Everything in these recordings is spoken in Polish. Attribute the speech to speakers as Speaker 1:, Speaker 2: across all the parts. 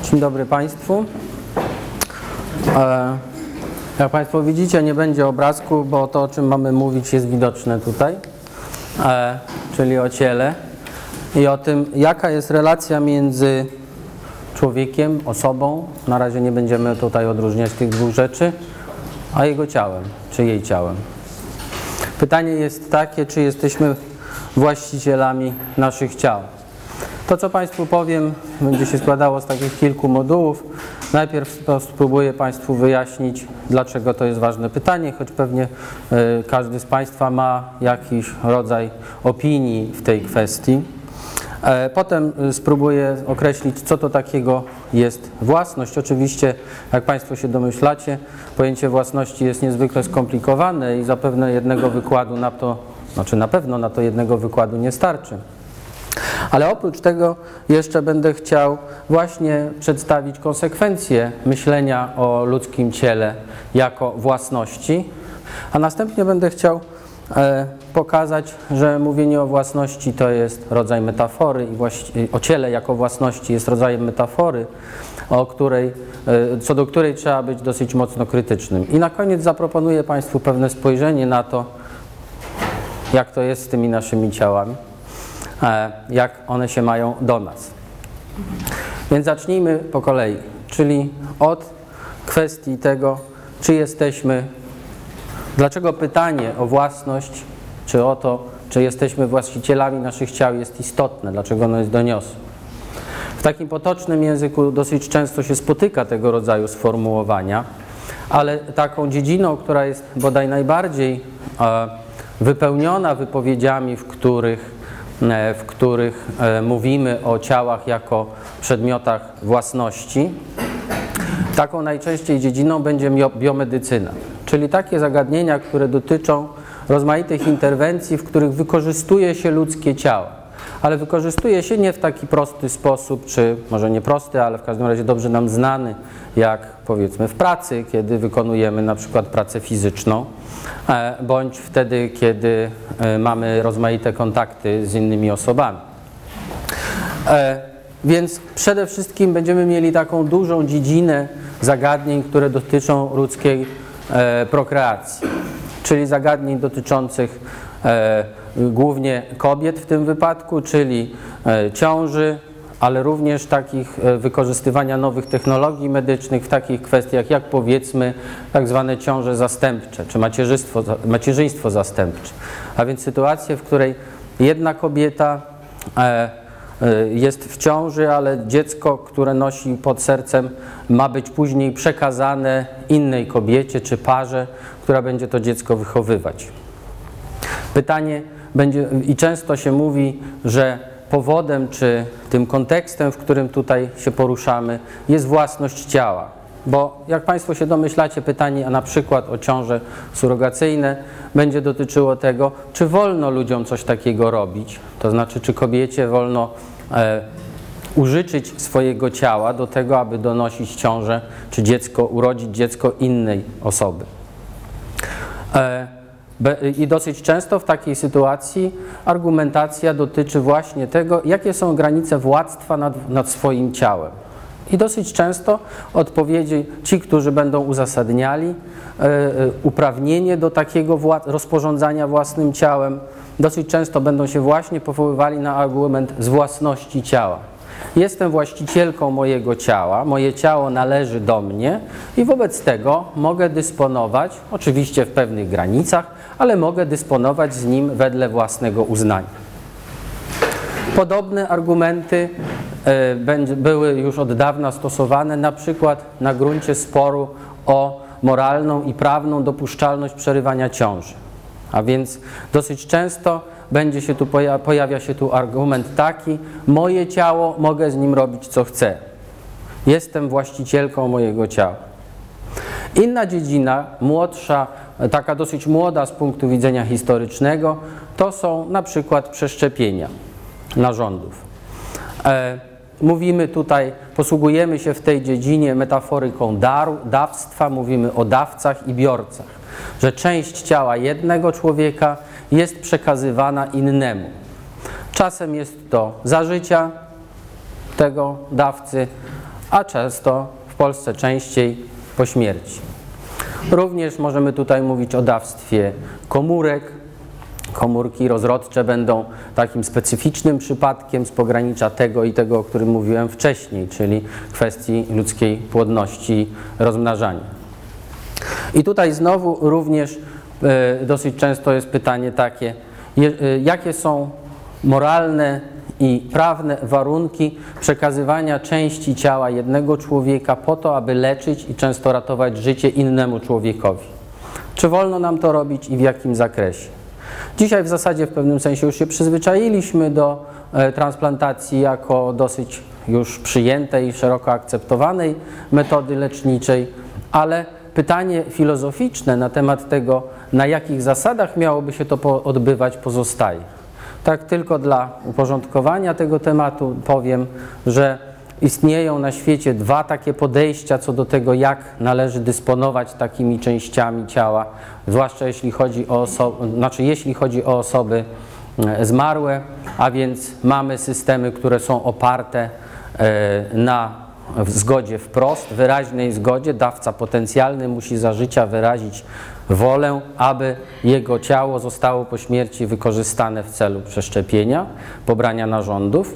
Speaker 1: Dzień dobry Państwu. Jak Państwo widzicie, nie będzie obrazku, bo to, o czym mamy mówić, jest widoczne tutaj, czyli o ciele i o tym, jaka jest relacja między człowiekiem, osobą, na razie nie będziemy tutaj odróżniać tych dwóch rzeczy, a jego ciałem, czy jej ciałem. Pytanie jest takie, czy jesteśmy właścicielami naszych ciał. To, co Państwu powiem, będzie się składało z takich kilku modułów. Najpierw spróbuję Państwu wyjaśnić, dlaczego to jest ważne pytanie, choć pewnie każdy z Państwa ma jakiś rodzaj opinii w tej kwestii. Potem spróbuję określić, co to takiego jest własność. Oczywiście, jak Państwo się domyślacie, pojęcie własności jest niezwykle skomplikowane i zapewne jednego wykładu na to, na pewno na to jednego wykładu nie starczy. Ale oprócz tego jeszcze będę chciał właśnie przedstawić konsekwencje myślenia o ludzkim ciele jako własności, a następnie będę chciał pokazać, że mówienie o własności to jest rodzaj metafory i o ciele jako własności jest rodzajem metafory, co do której trzeba być dosyć mocno krytycznym. I na koniec zaproponuję Państwu pewne spojrzenie na to, jak to jest z tymi naszymi ciałami, jak one się mają do nas. Więc zacznijmy po kolei, czyli od kwestii tego, czy jesteśmy, dlaczego pytanie o własność, czy o to, czy jesteśmy właścicielami naszych ciał jest istotne, dlaczego ono jest doniosłe. W takim potocznym języku dosyć często się spotyka tego rodzaju sformułowania, ale taką dziedziną, która jest bodaj najbardziej wypełniona wypowiedziami, w których mówimy o ciałach jako przedmiotach własności, taką najczęściej dziedziną będzie biomedycyna, czyli takie zagadnienia, które dotyczą rozmaitych interwencji, w których wykorzystuje się ludzkie ciało, ale wykorzystuje się nie w taki prosty sposób, czy może nie prosty, ale w każdym razie dobrze nam znany, jak powiedzmy w pracy, kiedy wykonujemy na przykład pracę fizyczną, bądź wtedy, kiedy mamy rozmaite kontakty z innymi osobami. Więc przede wszystkim będziemy mieli taką dużą dziedzinę zagadnień, które dotyczą ludzkiej prokreacji, czyli zagadnień dotyczących głównie kobiet w tym wypadku, czyli ciąży, ale również takich wykorzystywania nowych technologii medycznych w takich kwestiach jak powiedzmy tak zwane ciąże zastępcze, czy macierzyństwo zastępcze. A więc sytuacje, w której jedna kobieta jest w ciąży, ale dziecko, które nosi pod sercem, ma być później przekazane innej kobiecie czy parze, która będzie to dziecko wychowywać. Pytanie będzie, i często się mówi, że powodem czy tym kontekstem, w którym tutaj się poruszamy, jest własność ciała. Bo jak Państwo się domyślacie, pytanie, a na przykład o ciąże surogacyjne, będzie dotyczyło tego, czy wolno ludziom coś takiego robić, to znaczy, czy kobiecie wolno użyczyć swojego ciała do tego, aby donosić ciążę, czy urodzić dziecko innej osoby. I dosyć często w takiej sytuacji argumentacja dotyczy właśnie tego, jakie są granice władztwa nad swoim ciałem. I dosyć często odpowiedzi ci, którzy będą uzasadniali uprawnienie do takiego rozporządzania własnym ciałem, dosyć często będą się właśnie powoływali na argument z własności ciała. Jestem właścicielką mojego ciała, moje ciało należy do mnie i wobec tego mogę dysponować, oczywiście w pewnych granicach, ale mogę dysponować z nim wedle własnego uznania. Podobne argumenty były już od dawna stosowane, na przykład na gruncie sporu o moralną i prawną dopuszczalność przerywania ciąży. A więc dosyć często pojawia się tu argument taki: moje ciało, mogę z nim robić co chcę. Jestem właścicielką mojego ciała. Inna dziedzina, młodsza, taka dosyć młoda z punktu widzenia historycznego, to są na przykład przeszczepienia narządów. Mówimy tutaj, posługujemy się w tej dziedzinie metaforyką dawstwa, mówimy o dawcach i biorcach, że część ciała jednego człowieka jest przekazywana innemu. Czasem jest to za życia tego dawcy, a często w Polsce częściej po śmierci. Również możemy tutaj mówić o dawstwie komórek. Komórki rozrodcze będą takim specyficznym przypadkiem z pogranicza tego i tego, o którym mówiłem wcześniej, czyli kwestii ludzkiej płodności i rozmnażania. I tutaj znowu również dosyć często jest pytanie takie, jakie są moralne i prawne warunki przekazywania części ciała jednego człowieka po to, aby leczyć i często ratować życie innemu człowiekowi. Czy wolno nam to robić i w jakim zakresie? Dzisiaj w zasadzie w pewnym sensie już się przyzwyczailiśmy do transplantacji jako dosyć już przyjętej i szeroko akceptowanej metody leczniczej, ale pytanie filozoficzne na temat tego, na jakich zasadach miałoby się to odbywać, pozostaje. Tak tylko dla uporządkowania tego tematu powiem, że istnieją na świecie dwa takie podejścia co do tego, jak należy dysponować takimi częściami ciała, zwłaszcza jeśli chodzi o osoby zmarłe, a więc mamy systemy, które są oparte na zgodzie wprost, wyraźnej zgodzie. Dawca potencjalny musi za życia wyrazić wolę, aby jego ciało zostało po śmierci wykorzystane w celu przeszczepienia, pobrania narządów.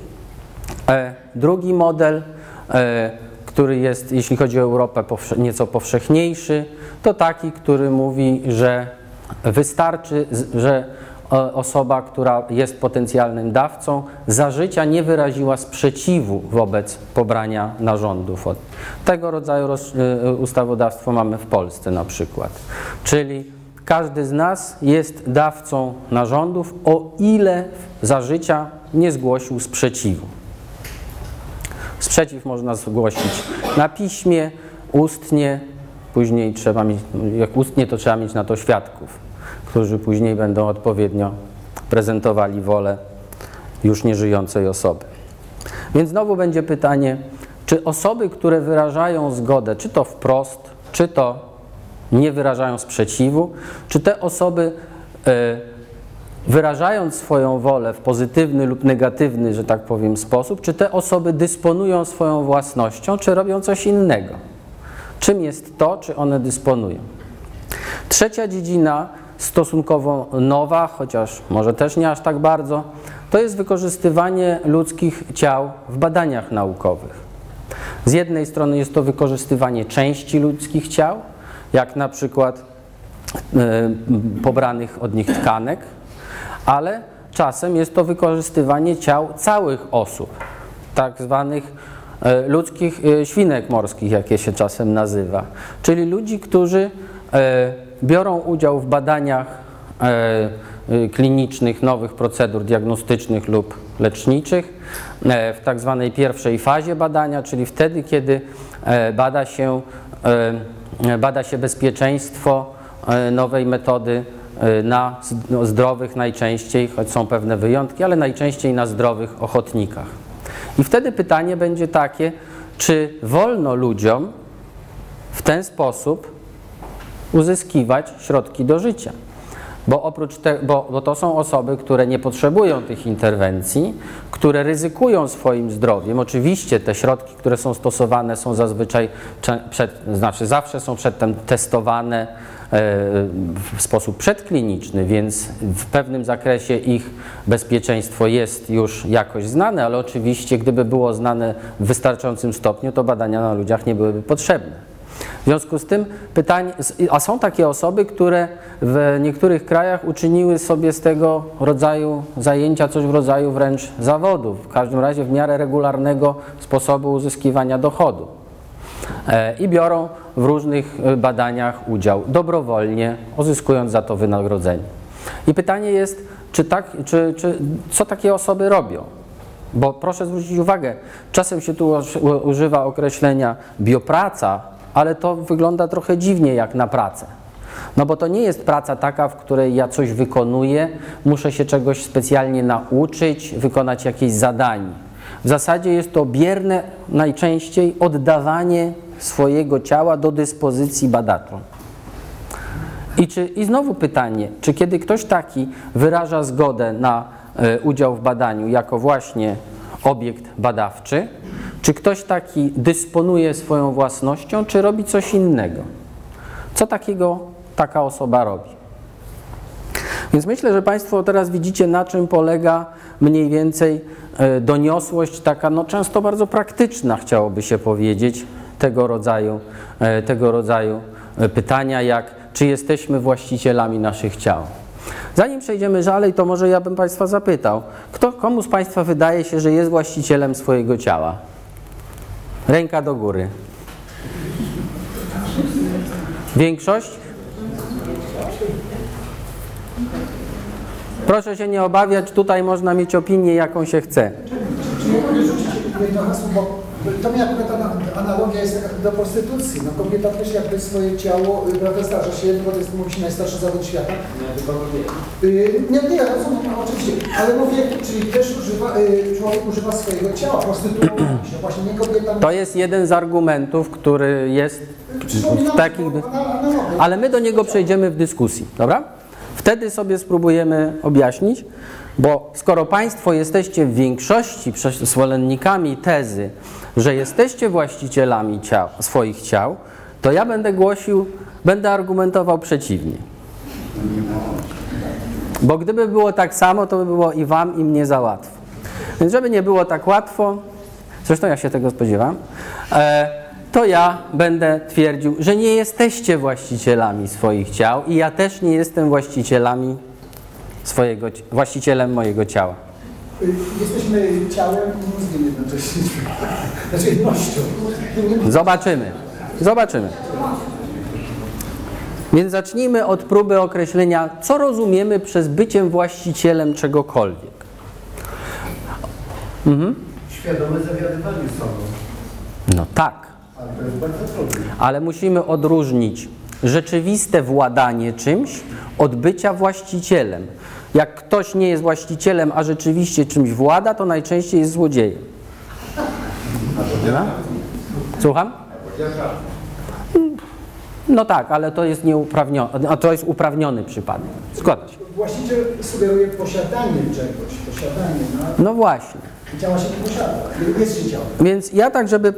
Speaker 1: Drugi model, który jest, jeśli chodzi o Europę, nieco powszechniejszy, to taki, który mówi, że wystarczy, że osoba, która jest potencjalnym dawcą, za życia nie wyraziła sprzeciwu wobec pobrania narządów. Tego rodzaju ustawodawstwo mamy w Polsce na przykład. Czyli każdy z nas jest dawcą narządów, o ile za życia nie zgłosił sprzeciwu. Sprzeciw można zgłosić na piśmie, ustnie, później trzeba mieć, jak ustnie, to trzeba mieć na to świadków, którzy później będą odpowiednio prezentowali wolę już nieżyjącej osoby. Więc znowu będzie pytanie, czy osoby, które wyrażają zgodę, czy to wprost, czy to nie wyrażają sprzeciwu, czy te osoby wyrażając swoją wolę w pozytywny lub negatywny, że tak powiem, sposób, czy te osoby dysponują swoją własnością, czy robią coś innego? Czym jest to, czy one dysponują? Trzecia dziedzina, stosunkowo nowa, chociaż może też nie aż tak bardzo, to jest wykorzystywanie ludzkich ciał w badaniach naukowych. Z jednej strony jest to wykorzystywanie części ludzkich ciał, jak na przykład pobranych od nich tkanek, ale czasem jest to wykorzystywanie ciał całych osób, tak zwanych ludzkich świnek morskich, jak je się czasem nazywa, czyli ludzi, którzy biorą udział w badaniach klinicznych, nowych procedur diagnostycznych lub leczniczych w tak zwanej pierwszej fazie badania, czyli wtedy, kiedy bada się bezpieczeństwo nowej metody na zdrowych najczęściej, choć są pewne wyjątki, ale najczęściej na zdrowych ochotnikach. I wtedy pytanie będzie takie, czy wolno ludziom w ten sposób uzyskiwać środki do życia? Bo to są osoby, które nie potrzebują tych interwencji, które ryzykują swoim zdrowiem. Oczywiście te środki, które są stosowane, są zazwyczaj, zawsze są przedtem testowane w sposób przedkliniczny, więc w pewnym zakresie ich bezpieczeństwo jest już jakoś znane, ale oczywiście gdyby było znane w wystarczającym stopniu, to badania na ludziach nie byłyby potrzebne. W związku z tym pytanie, a są takie osoby, które w niektórych krajach uczyniły sobie z tego rodzaju zajęcia coś w rodzaju wręcz zawodu, w każdym razie w miarę regularnego sposobu uzyskiwania dochodu. I biorą w różnych badaniach udział dobrowolnie, uzyskując za to wynagrodzenie. I pytanie jest, co takie osoby robią? Bo proszę zwrócić uwagę, czasem się tu używa określenia biopraca, ale to wygląda trochę dziwnie jak na pracę. No bo to nie jest praca taka, w której ja coś wykonuję, muszę się czegoś specjalnie nauczyć, wykonać jakieś zadanie. W zasadzie jest to bierne najczęściej oddawanie swojego ciała do dyspozycji badaczom. I znowu pytanie, czy kiedy ktoś taki wyraża zgodę na udział w badaniu jako właśnie obiekt badawczy, Czy ktoś taki dysponuje swoją własnością, czy robi coś innego? Co takiego taka osoba robi? Więc myślę, że Państwo teraz widzicie, na czym polega mniej więcej doniosłość taka, no często bardzo praktyczna, chciałoby się powiedzieć, tego rodzaju pytania, jak czy jesteśmy właścicielami naszych ciał. Zanim przejdziemy dalej, to może ja bym Państwa zapytał, komu z Państwa wydaje się, że jest właścicielem swojego ciała? Ręka do góry. Większość? Proszę się nie obawiać, tutaj można mieć opinię, jaką się chce.
Speaker 2: Czy mogę rzucić jedno hasło, bo to mi akurat analogia jest do prostytucji. No, kobieta też jakby swoje ciało, prawda, zdarza się, bo to jest, mówi się, najstarszy zawód świata. Nie, ja rozumiem, oczywiście, ale mówię, czyli też człowiek używa swojego ciała, prostytuowanie się, właśnie nie kobieta.
Speaker 1: To jest jeden z argumentów, który jest w takich... Ale my do niego przejdziemy w dyskusji, dobra? Wtedy sobie spróbujemy objaśnić, bo skoro Państwo jesteście w większości zwolennikami tezy, że jesteście właścicielami swoich ciał, to ja będę argumentował przeciwnie. Bo gdyby było tak samo, to by było i Wam, i mnie za łatwo. Więc żeby nie było tak łatwo, zresztą ja się tego spodziewam, to ja będę twierdził, że nie jesteście właścicielami swoich ciał i ja też nie jestem właścicielem mojego ciała.
Speaker 2: Jesteśmy ciałem i mózgiem jednocześnie. Znaczy jednością.
Speaker 1: Zobaczymy. Więc zacznijmy od próby określenia, co rozumiemy przez byciem właścicielem czegokolwiek.
Speaker 2: Świadome zawiadywanie sobą.
Speaker 1: No tak.
Speaker 2: Ale to jest bardzo trudne.
Speaker 1: Ale musimy odróżnić rzeczywiste władanie czymś od bycia właścicielem. Jak ktoś nie jest właścicielem, a rzeczywiście czymś włada, to najczęściej jest złodziejem. No? Słucham? No tak, ale to jest nieuprawnione, a to jest uprawniony przypadek. Zgadza się.
Speaker 2: Właściciel sugeruje posiadanie czegoś,
Speaker 1: No właśnie.
Speaker 2: Ciała się nie posiada, jest się ciałem.
Speaker 1: Więc ja tak, żeby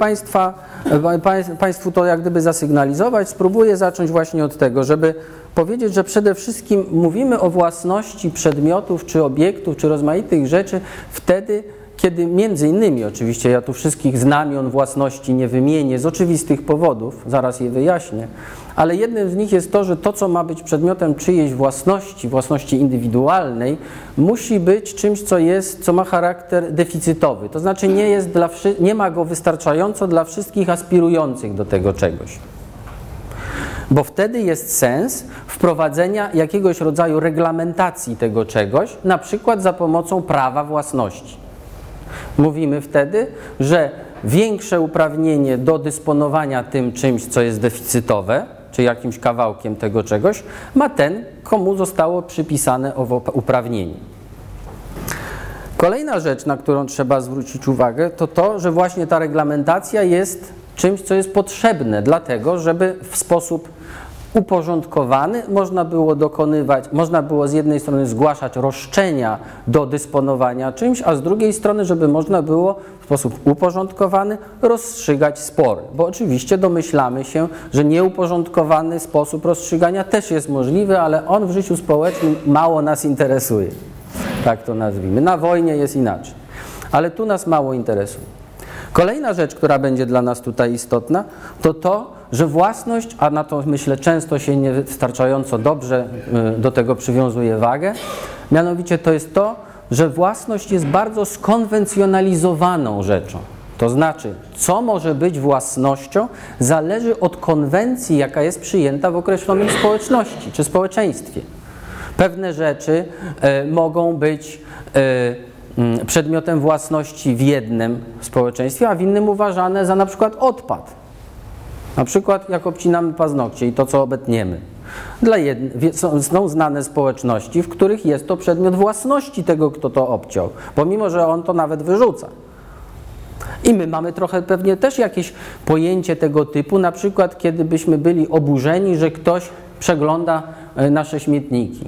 Speaker 1: Państwu to jak gdyby zasygnalizować, spróbuję zacząć właśnie od tego, żeby powiedzieć, że przede wszystkim mówimy o własności przedmiotów, czy obiektów, czy rozmaitych rzeczy wtedy, kiedy między innymi, oczywiście ja tu wszystkich znamion własności nie wymienię z oczywistych powodów, zaraz je wyjaśnię, ale jednym z nich jest to, że to, co ma być przedmiotem czyjejś własności indywidualnej, musi być czymś, co ma charakter deficytowy. To znaczy nie ma go wystarczająco dla wszystkich aspirujących do tego czegoś. Bo wtedy jest sens wprowadzenia jakiegoś rodzaju reglamentacji tego czegoś, na przykład za pomocą prawa własności. Mówimy wtedy, że większe uprawnienie do dysponowania tym czymś, co jest deficytowe, czy jakimś kawałkiem tego czegoś, ma ten, komu zostało przypisane owo uprawnienie. Kolejna rzecz, na którą trzeba zwrócić uwagę, to to, że właśnie ta reglamentacja jest czymś, co jest potrzebne, dlatego, żeby w sposób uporządkowany można było z jednej strony zgłaszać roszczenia do dysponowania czymś, a z drugiej strony, żeby można było w sposób uporządkowany rozstrzygać spory. Bo oczywiście domyślamy się, że nieuporządkowany sposób rozstrzygania też jest możliwy, ale on w życiu społecznym mało nas interesuje. Tak to nazwijmy. Na wojnie jest inaczej. Ale tu nas mało interesuje. Kolejna rzecz, która będzie dla nas tutaj istotna, to to, że własność, a na to myślę często się niewystarczająco dobrze do tego przywiązuje wagę, mianowicie to jest to, że własność jest bardzo skonwencjonalizowaną rzeczą. To znaczy, co może być własnością, zależy od konwencji, jaka jest przyjęta w określonej społeczności czy społeczeństwie. Pewne rzeczy mogą być przedmiotem własności w jednym społeczeństwie, a w innym uważane za na przykład odpad. Na przykład jak obcinamy paznokcie i to, co obetniemy. Są znane społeczności, w których jest to przedmiot własności tego, kto to obciął, pomimo że on to nawet wyrzuca. I my mamy trochę pewnie też jakieś pojęcie tego typu, na przykład kiedy byśmy byli oburzeni, że ktoś przegląda nasze śmietniki,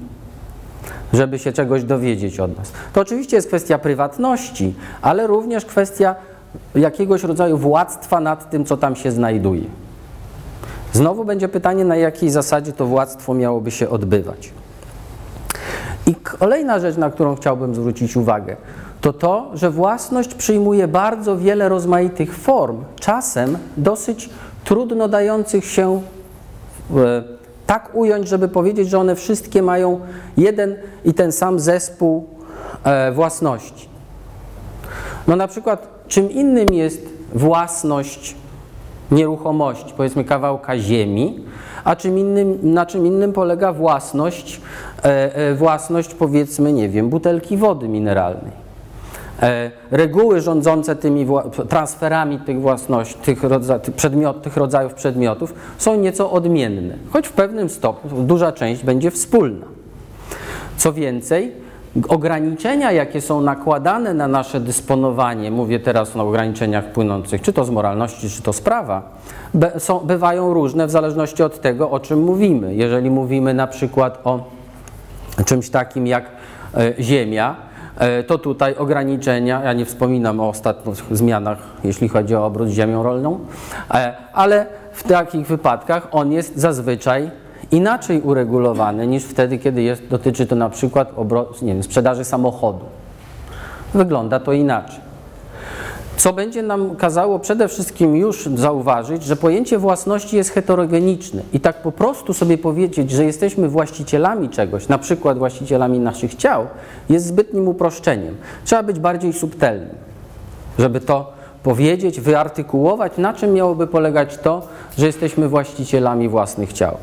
Speaker 1: żeby się czegoś dowiedzieć od nas. To oczywiście jest kwestia prywatności, ale również kwestia jakiegoś rodzaju władztwa nad tym, co tam się znajduje. Znowu będzie pytanie, na jakiej zasadzie to władztwo miałoby się odbywać. I kolejna rzecz, na którą chciałbym zwrócić uwagę, to to, że własność przyjmuje bardzo wiele rozmaitych form, czasem dosyć trudno dających się tak ująć, żeby powiedzieć, że one wszystkie mają jeden i ten sam zespół własności. No na przykład czym innym jest własność nieruchomości, powiedzmy kawałka ziemi, a na czym innym polega własność powiedzmy, nie wiem, butelki wody mineralnej. Reguły rządzące tymi transferami tych własności, tych rodzajów przedmiotów są nieco odmienne, choć w pewnym stopniu duża część będzie wspólna. Co więcej, ograniczenia, jakie są nakładane na nasze dysponowanie, mówię teraz o ograniczeniach płynących czy to z moralności, czy to z prawa, bywają różne w zależności od tego, o czym mówimy. Jeżeli mówimy na przykład o czymś takim jak ziemia, to tutaj ograniczenia, ja nie wspominam o ostatnich zmianach, jeśli chodzi o obrót ziemią rolną, ale w takich wypadkach on jest zazwyczaj inaczej uregulowany niż wtedy, kiedy dotyczy to na przykład sprzedaży samochodu. Wygląda to inaczej. Co będzie nam kazało przede wszystkim już zauważyć, że pojęcie własności jest heterogeniczne i tak po prostu sobie powiedzieć, że jesteśmy właścicielami czegoś, na przykład właścicielami naszych ciał, jest zbytnim uproszczeniem. Trzeba być bardziej subtelnym, żeby to powiedzieć, wyartykułować, na czym miałoby polegać to, że jesteśmy właścicielami własnych ciał.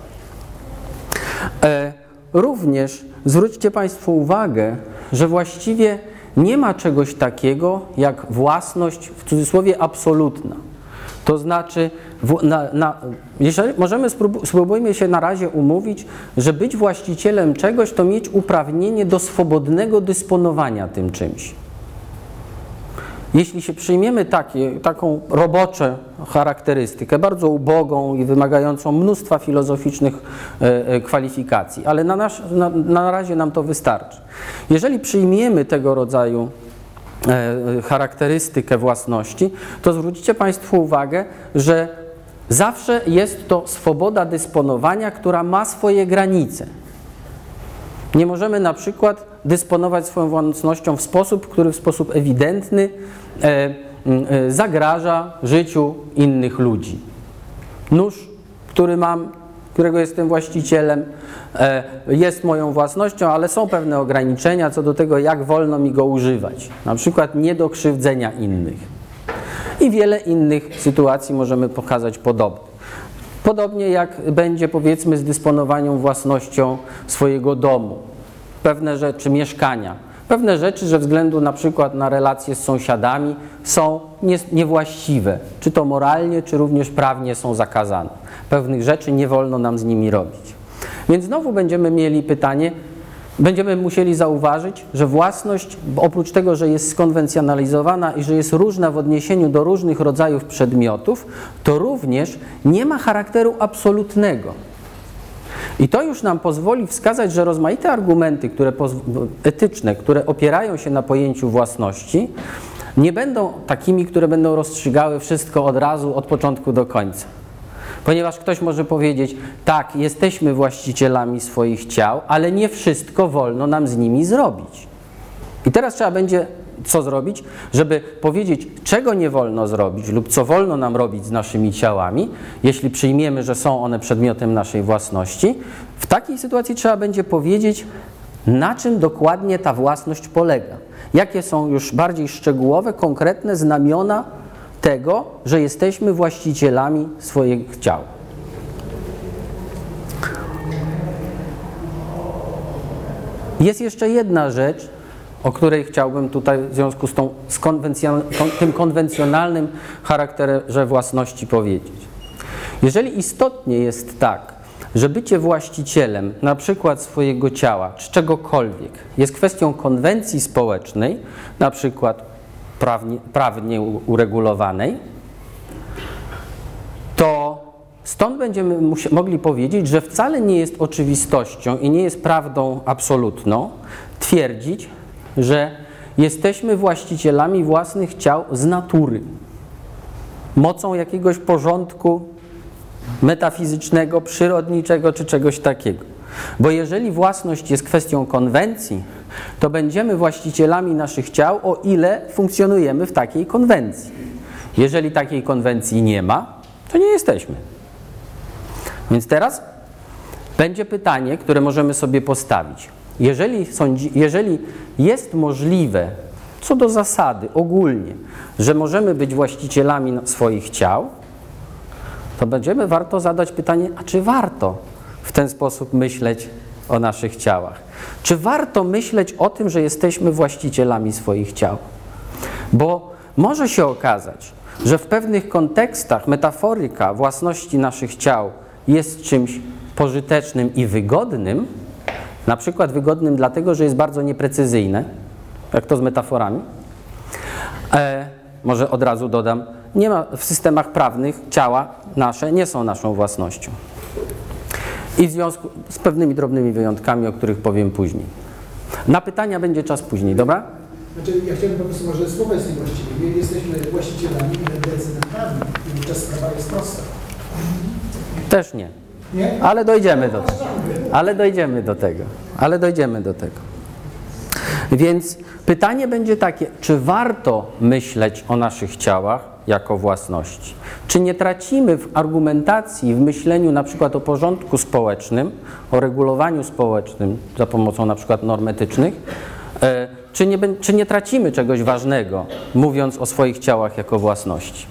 Speaker 1: Również zwróćcie Państwo uwagę, że właściwie nie ma czegoś takiego jak własność w cudzysłowie absolutna. To znaczy, spróbujmy się na razie umówić, że być właścicielem czegoś to mieć uprawnienie do swobodnego dysponowania tym czymś. Jeśli się przyjmiemy taką roboczą charakterystykę, bardzo ubogą i wymagającą mnóstwa filozoficznych kwalifikacji, ale na razie nam to wystarczy. Jeżeli przyjmiemy tego rodzaju charakterystykę własności, to zwrócicie Państwo uwagę, że zawsze jest to swoboda dysponowania, która ma swoje granice. Nie możemy na przykład dysponować swoją własnością w sposób, który w sposób ewidentny zagraża życiu innych ludzi. Nóż, który mam, którego jestem właścicielem, jest moją własnością, ale są pewne ograniczenia co do tego, jak wolno mi go używać. Na przykład nie do krzywdzenia innych. I wiele innych sytuacji możemy pokazać podobnie. Podobnie jak będzie, powiedzmy, z dysponowaniem własnością swojego domu. Pewne rzeczy, mieszkania. Pewne rzeczy, ze względu na przykład na relacje z sąsiadami są niewłaściwe. Czy to moralnie, czy również prawnie są zakazane. Pewnych rzeczy nie wolno nam z nimi robić. Więc znowu będziemy mieli pytanie, będziemy musieli zauważyć, że własność, oprócz tego, że jest skonwencjonalizowana i że jest różna w odniesieniu do różnych rodzajów przedmiotów, to również nie ma charakteru absolutnego. I to już nam pozwoli wskazać, że rozmaite argumenty etyczne, które opierają się na pojęciu własności, nie będą takimi, które będą rozstrzygały wszystko od razu, od początku do końca. Ponieważ ktoś może powiedzieć, tak, jesteśmy właścicielami swoich ciał, ale nie wszystko wolno nam z nimi zrobić. I teraz trzeba będzie co zrobić, żeby powiedzieć, czego nie wolno zrobić lub co wolno nam robić z naszymi ciałami, jeśli przyjmiemy, że są one przedmiotem naszej własności. W takiej sytuacji trzeba będzie powiedzieć, na czym dokładnie ta własność polega. Jakie są już bardziej szczegółowe, konkretne znamiona tego, że jesteśmy właścicielami swoich ciał. Jest jeszcze jedna rzecz, o której chciałbym tutaj w związku z tym konwencjonalnym charakterze własności powiedzieć. Jeżeli istotnie jest tak, że bycie właścicielem na przykład swojego ciała czy czegokolwiek jest kwestią konwencji społecznej, na przykład prawnie uregulowanej, to stąd będziemy mogli powiedzieć, że wcale nie jest oczywistością i nie jest prawdą absolutną twierdzić, że jesteśmy właścicielami własnych ciał z natury, mocą jakiegoś porządku metafizycznego, przyrodniczego czy czegoś takiego. Bo jeżeli własność jest kwestią konwencji, to będziemy właścicielami naszych ciał, o ile funkcjonujemy w takiej konwencji. Jeżeli takiej konwencji nie ma, to nie jesteśmy. Więc teraz będzie pytanie, które możemy sobie postawić. Jeżeli jest możliwe, co do zasady, ogólnie, że możemy być właścicielami swoich ciał, to warto zadać pytanie, a czy warto w ten sposób myśleć o naszych ciałach? Czy warto myśleć o tym, że jesteśmy właścicielami swoich ciał? Bo może się okazać, że w pewnych kontekstach metaforyka własności naszych ciał jest czymś pożytecznym i wygodnym, na przykład wygodnym dlatego, że jest bardzo nieprecyzyjne, jak to z metaforami. Może od razu dodam, nie ma w systemach prawnych ciała nasze nie są naszą własnością. I w związku z pewnymi drobnymi wyjątkami, o których powiem później. Na pytania będzie czas później, dobra?
Speaker 2: Znaczy, ja chciałbym po prostu, może słowo jest niewłaściwe. My jesteśmy właścicielami i decydentami. I wówczas sprawa jest prosta.
Speaker 1: Też nie.
Speaker 2: Nie?
Speaker 1: Ale dojdziemy do tego. Ale dojdziemy do tego. Więc pytanie będzie takie, czy warto myśleć o naszych ciałach jako własności? Czy nie tracimy w argumentacji, w myśleniu na przykład o porządku społecznym, o regulowaniu społecznym za pomocą na przykład norm etycznych, czy nie tracimy czegoś ważnego, mówiąc o swoich ciałach jako własności?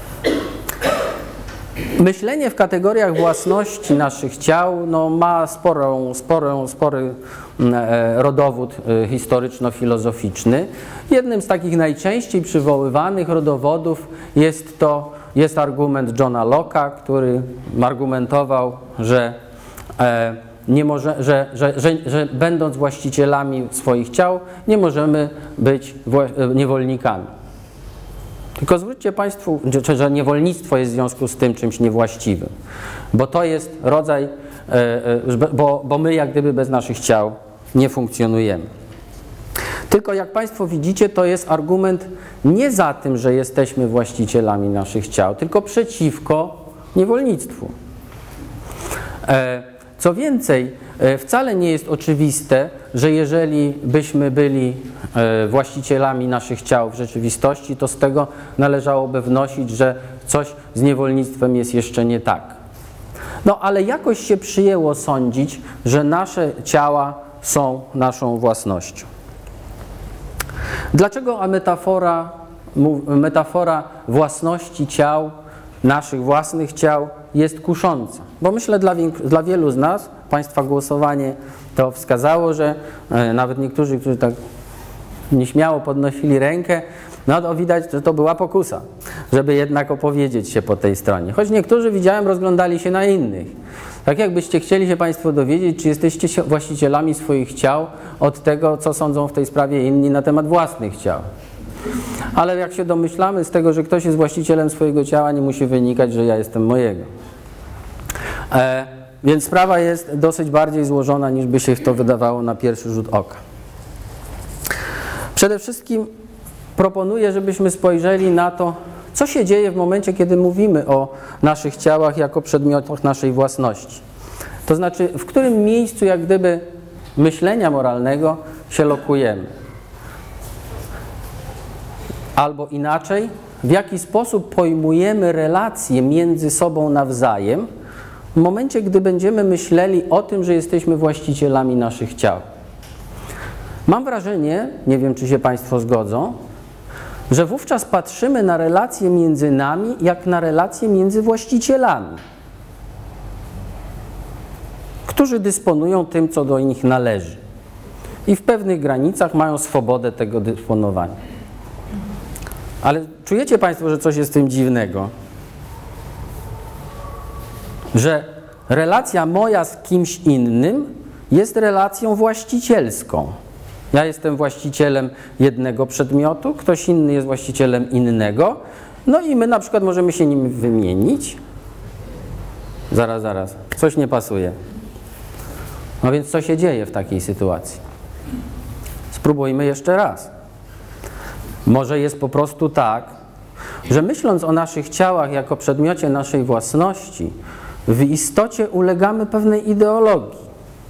Speaker 1: Myślenie w kategoriach własności naszych ciał ma spory rodowód historyczno-filozoficzny. Jednym z takich najczęściej przywoływanych rodowodów jest argument Johna Locke'a, który argumentował, że będąc właścicielami swoich ciał, nie możemy być niewolnikami. Tylko zwróćcie Państwu, że niewolnictwo jest w związku z tym czymś niewłaściwym, bo to jest rodzaj, bo my jak gdyby bez naszych ciał nie funkcjonujemy. Tylko jak Państwo widzicie, to jest argument nie za tym, że jesteśmy właścicielami naszych ciał, tylko przeciwko niewolnictwu. Co więcej, wcale nie jest oczywiste, że jeżeli byśmy byli właścicielami naszych ciał w rzeczywistości, to z tego należałoby wnosić, że coś z niewolnictwem jest jeszcze nie tak. No ale jakoś się przyjęło sądzić, że nasze ciała są naszą własnością. Dlaczego metafora własności ciał, naszych własnych ciał jest kusząca? Bo myślę, dla wielu z nas, Państwa głosowanie to wskazało, że nawet niektórzy, którzy tak nieśmiało podnosili rękę, no to widać, że to była pokusa, żeby jednak opowiedzieć się po tej stronie. Choć niektórzy, widziałem, rozglądali się na innych. Tak jakbyście chcieli się Państwo dowiedzieć, czy jesteście właścicielami swoich ciał od tego, co sądzą w tej sprawie inni na temat własnych ciał. Ale jak się domyślamy z tego, że ktoś jest właścicielem swojego ciała, nie musi wynikać, że ja jestem mojego. Więc sprawa jest dosyć bardziej złożona, niż by się to wydawało na pierwszy rzut oka. Przede wszystkim proponuję, żebyśmy spojrzeli na to, co się dzieje w momencie, kiedy mówimy o naszych ciałach jako przedmiotach naszej własności. To znaczy, w którym miejscu jak gdyby myślenia moralnego się lokujemy. Albo inaczej, w jaki sposób pojmujemy relacje między sobą nawzajem w momencie, gdy będziemy myśleli o tym, że jesteśmy właścicielami naszych ciał. Mam wrażenie, nie wiem, czy się Państwo zgodzą, że wówczas patrzymy na relacje między nami jak na relacje między właścicielami, którzy dysponują tym, co do nich należy i w pewnych granicach mają swobodę tego dysponowania. Ale czujecie Państwo, że coś jest w tym dziwnego? Że relacja moja z kimś innym jest relacją właścicielską. Ja jestem właścicielem jednego przedmiotu, ktoś inny jest właścicielem innego, no i my na przykład możemy się nim wymienić. Zaraz, coś nie pasuje. No więc co się dzieje w takiej sytuacji? Spróbujmy jeszcze raz. Może jest po prostu tak, że myśląc o naszych ciałach jako przedmiocie naszej własności, w istocie ulegamy pewnej ideologii.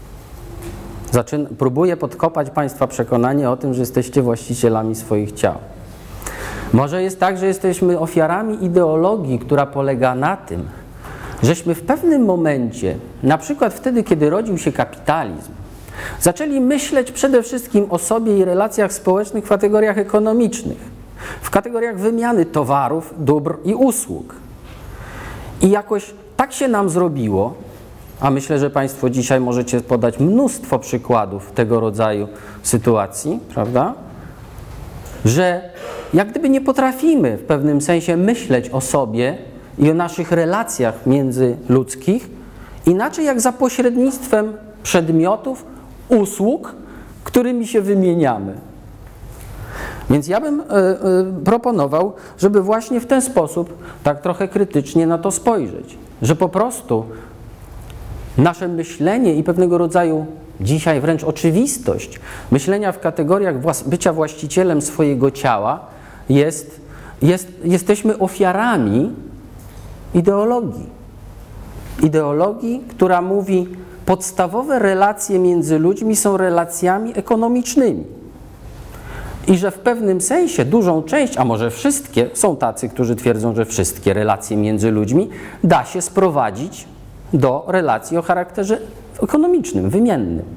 Speaker 1: Próbuję podkopać Państwa przekonanie o tym, że jesteście właścicielami swoich ciał. Może jest tak, że jesteśmy ofiarami ideologii, która polega na tym, żeśmy w pewnym momencie, na przykład wtedy, kiedy rodził się kapitalizm, zaczęli myśleć przede wszystkim o sobie i relacjach społecznych w kategoriach ekonomicznych, w kategoriach wymiany towarów, dóbr i usług. I jakoś tak się nam zrobiło, a myślę, że Państwo dzisiaj możecie podać mnóstwo przykładów tego rodzaju sytuacji, prawda? Że jak gdyby nie potrafimy w pewnym sensie myśleć o sobie i o naszych relacjach międzyludzkich inaczej jak za pośrednictwem przedmiotów, usług, którymi się wymieniamy. Więc ja bym proponował, żeby właśnie w ten sposób tak trochę krytycznie na to spojrzeć, że po prostu nasze myślenie i pewnego rodzaju dzisiaj wręcz oczywistość myślenia w kategoriach bycia właścicielem swojego ciała jesteśmy ofiarami ideologii. Ideologii, która mówi, podstawowe relacje między ludźmi są relacjami ekonomicznymi. I że w pewnym sensie dużą część, a może wszystkie, są tacy, którzy twierdzą, że wszystkie relacje między ludźmi da się sprowadzić do relacji o charakterze ekonomicznym, wymiennym.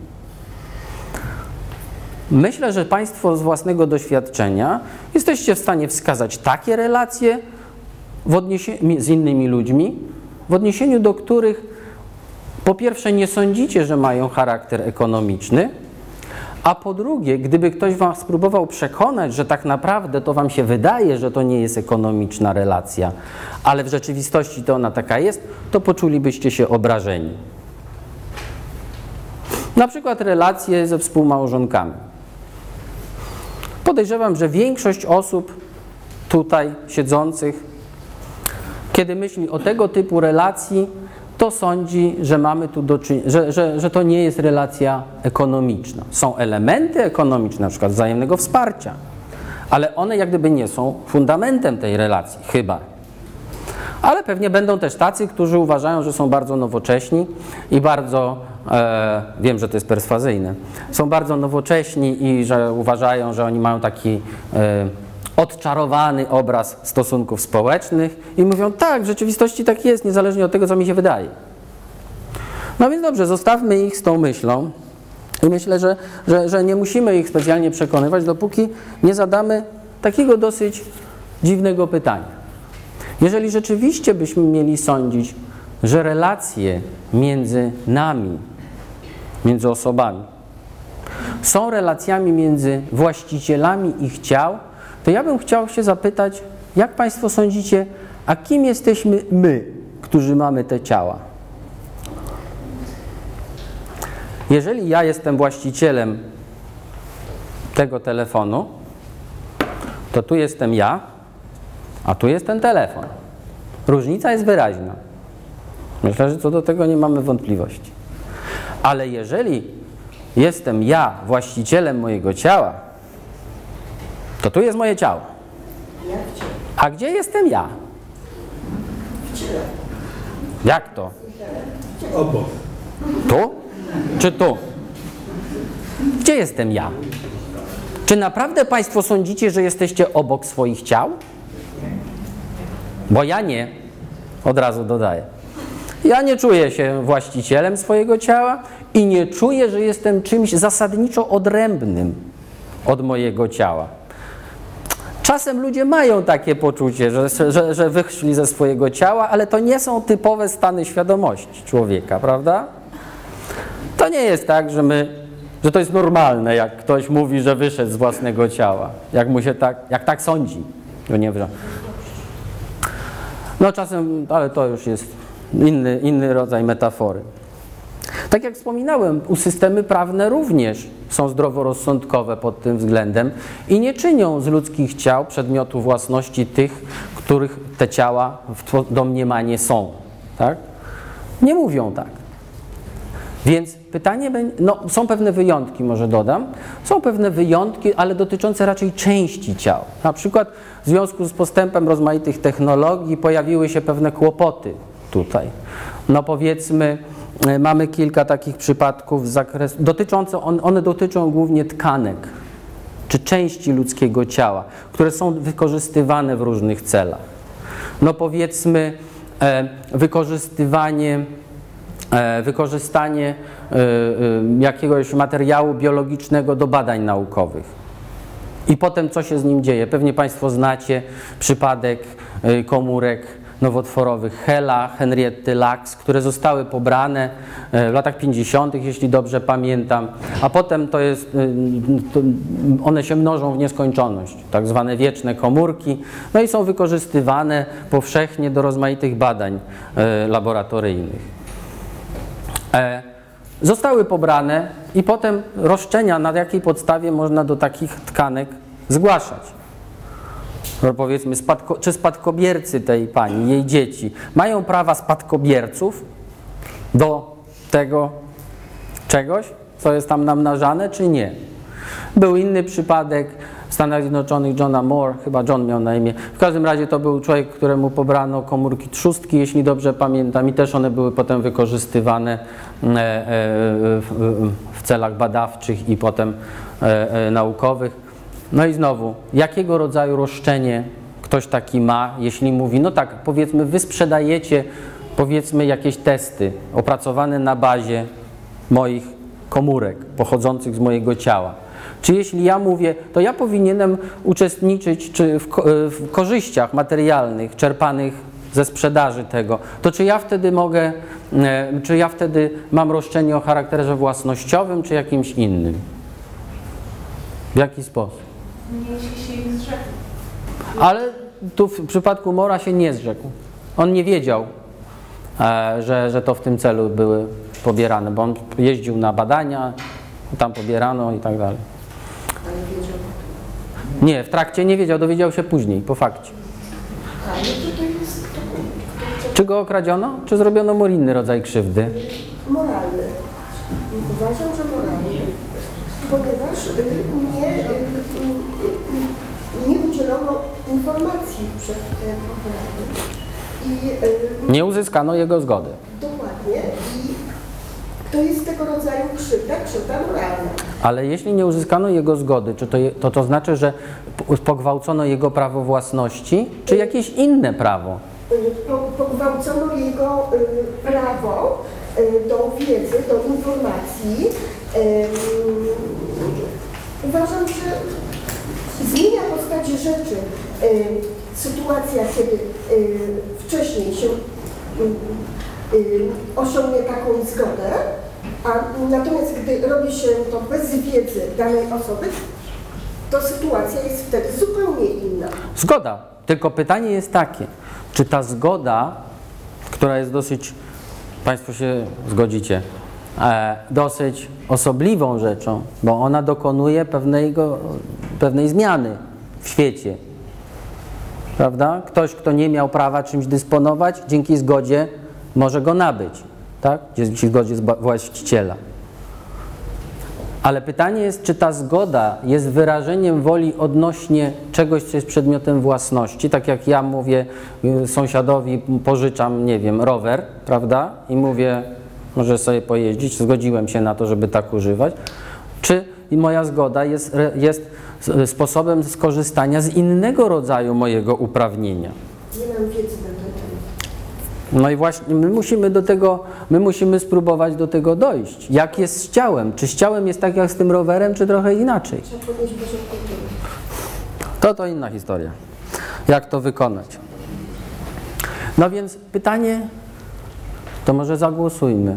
Speaker 1: Myślę, że Państwo z własnego doświadczenia jesteście w stanie wskazać takie relacje z innymi ludźmi, w odniesieniu do których po pierwsze nie sądzicie, że mają charakter ekonomiczny, a po drugie, gdyby ktoś Was spróbował przekonać, że tak naprawdę to Wam się wydaje, że to nie jest ekonomiczna relacja, ale w rzeczywistości to ona taka jest, to poczulibyście się obrażeni. Na przykład relacje ze współmałżonkami. Podejrzewam, że większość osób tutaj siedzących, kiedy myśli o tego typu relacji, to sądzi, że mamy tu do czynienia, że to nie jest relacja ekonomiczna. Są elementy ekonomiczne, na przykład wzajemnego wsparcia, ale one jak gdyby nie są fundamentem tej relacji, chyba. Ale pewnie będą też tacy, którzy uważają, że są bardzo nowocześni i bardzo, wiem, że to jest perswazyjne, są bardzo nowocześni i że uważają, że oni mają taki odczarowany obraz stosunków społecznych i mówią, tak, w rzeczywistości tak jest, niezależnie od tego, co mi się wydaje. No więc dobrze, zostawmy ich z tą myślą i myślę, że nie musimy ich specjalnie przekonywać, dopóki nie zadamy takiego dosyć dziwnego pytania. Jeżeli rzeczywiście byśmy mieli sądzić, że relacje między nami, między osobami są relacjami między właścicielami ich ciał, to ja bym chciał się zapytać, jak Państwo sądzicie, a kim jesteśmy my, którzy mamy te ciała? Jeżeli ja jestem właścicielem tego telefonu, to tu jestem ja, a tu jest ten telefon. Różnica jest wyraźna. Myślę, że co do tego nie mamy wątpliwości. Ale jeżeli jestem ja właścicielem mojego ciała, to tu jest moje ciało. A gdzie jestem ja? Jak to?
Speaker 3: Obok.
Speaker 1: Tu? Czy tu? Gdzie jestem ja? Czy naprawdę Państwo sądzicie, że jesteście obok swoich ciał? Bo ja nie. Od razu dodaję. Ja nie czuję się właścicielem swojego ciała i nie czuję, że jestem czymś zasadniczo odrębnym od mojego ciała. Czasem ludzie mają takie poczucie, że wyszli ze swojego ciała, ale to nie są typowe stany świadomości człowieka, prawda? To nie jest tak, że to jest normalne, jak ktoś mówi, że wyszedł z własnego ciała, jak tak sądzi. No czasem, ale to już jest inny rodzaj metafory. Tak jak wspominałem, systemy prawne również są zdroworozsądkowe pod tym względem i nie czynią z ludzkich ciał przedmiotu własności tych, których te ciała w domniemanie są. Tak? Nie mówią tak. Więc pytanie będzie, no są pewne wyjątki, może dodam, są pewne wyjątki, ale dotyczące raczej części ciał. Na przykład w związku z postępem rozmaitych technologii pojawiły się pewne kłopoty tutaj. No powiedzmy, mamy kilka takich przypadków one dotyczą głównie tkanek czy części ludzkiego ciała, które są wykorzystywane w różnych celach. No powiedzmy wykorzystanie jakiegoś materiału biologicznego do badań naukowych. I potem co się z nim dzieje? Pewnie Państwo znacie przypadek komórek nowotworowych Hela, Henrietty Lacks, które zostały pobrane w latach 50., jeśli dobrze pamiętam, a potem one się mnożą w nieskończoność, tak zwane wieczne komórki, no i są wykorzystywane powszechnie do rozmaitych badań laboratoryjnych. Zostały pobrane i potem roszczenia, na jakiej podstawie można do takich tkanek zgłaszać. No powiedzmy, czy spadkobiercy tej pani, jej dzieci, mają prawa spadkobierców do tego czegoś, co jest tam namnażane, czy nie? Był inny przypadek w Stanach Zjednoczonych Johna Moore, chyba John miał na imię. W każdym razie to był człowiek, któremu pobrano komórki trzustki, jeśli dobrze pamiętam, i też one były potem wykorzystywane w celach badawczych i potem naukowych. No i znowu, jakiego rodzaju roszczenie ktoś taki ma, jeśli mówi, no tak, powiedzmy, wy sprzedajecie, powiedzmy, jakieś testy opracowane na bazie moich komórek pochodzących z mojego ciała. Czy jeśli ja mówię, to ja powinienem uczestniczyć w korzyściach materialnych czerpanych ze sprzedaży tego, to czy ja wtedy czy ja wtedy mam roszczenie o charakterze własnościowym, czy jakimś innym? W jaki sposób?
Speaker 3: Jeśli się ich zrzekł.
Speaker 1: Ale tu w przypadku Mora się nie zrzekł. On nie wiedział, że to w tym celu były pobierane, bo on jeździł na badania, tam pobierano i tak dalej.
Speaker 3: Ale wiedział.
Speaker 1: Nie, w trakcie nie wiedział, dowiedział się później, po fakcie.
Speaker 3: Ale to jest
Speaker 1: Czy go okradziono, czy zrobiono mu inny rodzaj krzywdy?
Speaker 3: moralny. Uważam, że moralny, ponieważ nie udzielono informacji przed pochoronem.
Speaker 1: Nie uzyskano jego zgody.
Speaker 3: Dokładnie. I to jest tego rodzaju krzywda moralna.
Speaker 1: Ale jeśli nie uzyskano jego zgody, czy to znaczy, że pogwałcono jego prawo własności, czy jakieś inne prawo?
Speaker 3: Pogwałcono jego prawo do wiedzy, do informacji. Uważam, że zmienia postać rzeczy sytuacja, kiedy wcześniej się osiągnie taką zgodę, natomiast gdy robi się to bez wiedzy danej osoby, to sytuacja jest wtedy zupełnie inna.
Speaker 1: Zgoda. Tylko pytanie jest takie, czy ta zgoda, która jest dosyć, Państwo się zgodzicie, dosyć osobliwą rzeczą, bo ona dokonuje pewnej zmiany w świecie. Prawda? Ktoś, kto nie miał prawa czymś dysponować, dzięki zgodzie może go nabyć, tak? Dzięki zgodzie właściciela. Ale pytanie jest, czy ta zgoda jest wyrażeniem woli odnośnie czegoś, co jest przedmiotem własności, tak jak ja mówię sąsiadowi, pożyczam, nie wiem, rower, prawda? I mówię, może sobie pojeździć, zgodziłem się na to, żeby tak używać. Czy moja zgoda jest sposobem skorzystania z innego rodzaju mojego uprawnienia?
Speaker 3: Nie mam wiedzy na ten temat.
Speaker 1: No i właśnie my musimy spróbować do tego dojść. Jak jest z ciałem? Czy z ciałem jest tak jak z tym rowerem, czy trochę inaczej?
Speaker 3: Trzeba podnieść poziom kultury.
Speaker 1: To inna historia. Jak to wykonać? No więc pytanie, to może zagłosujmy.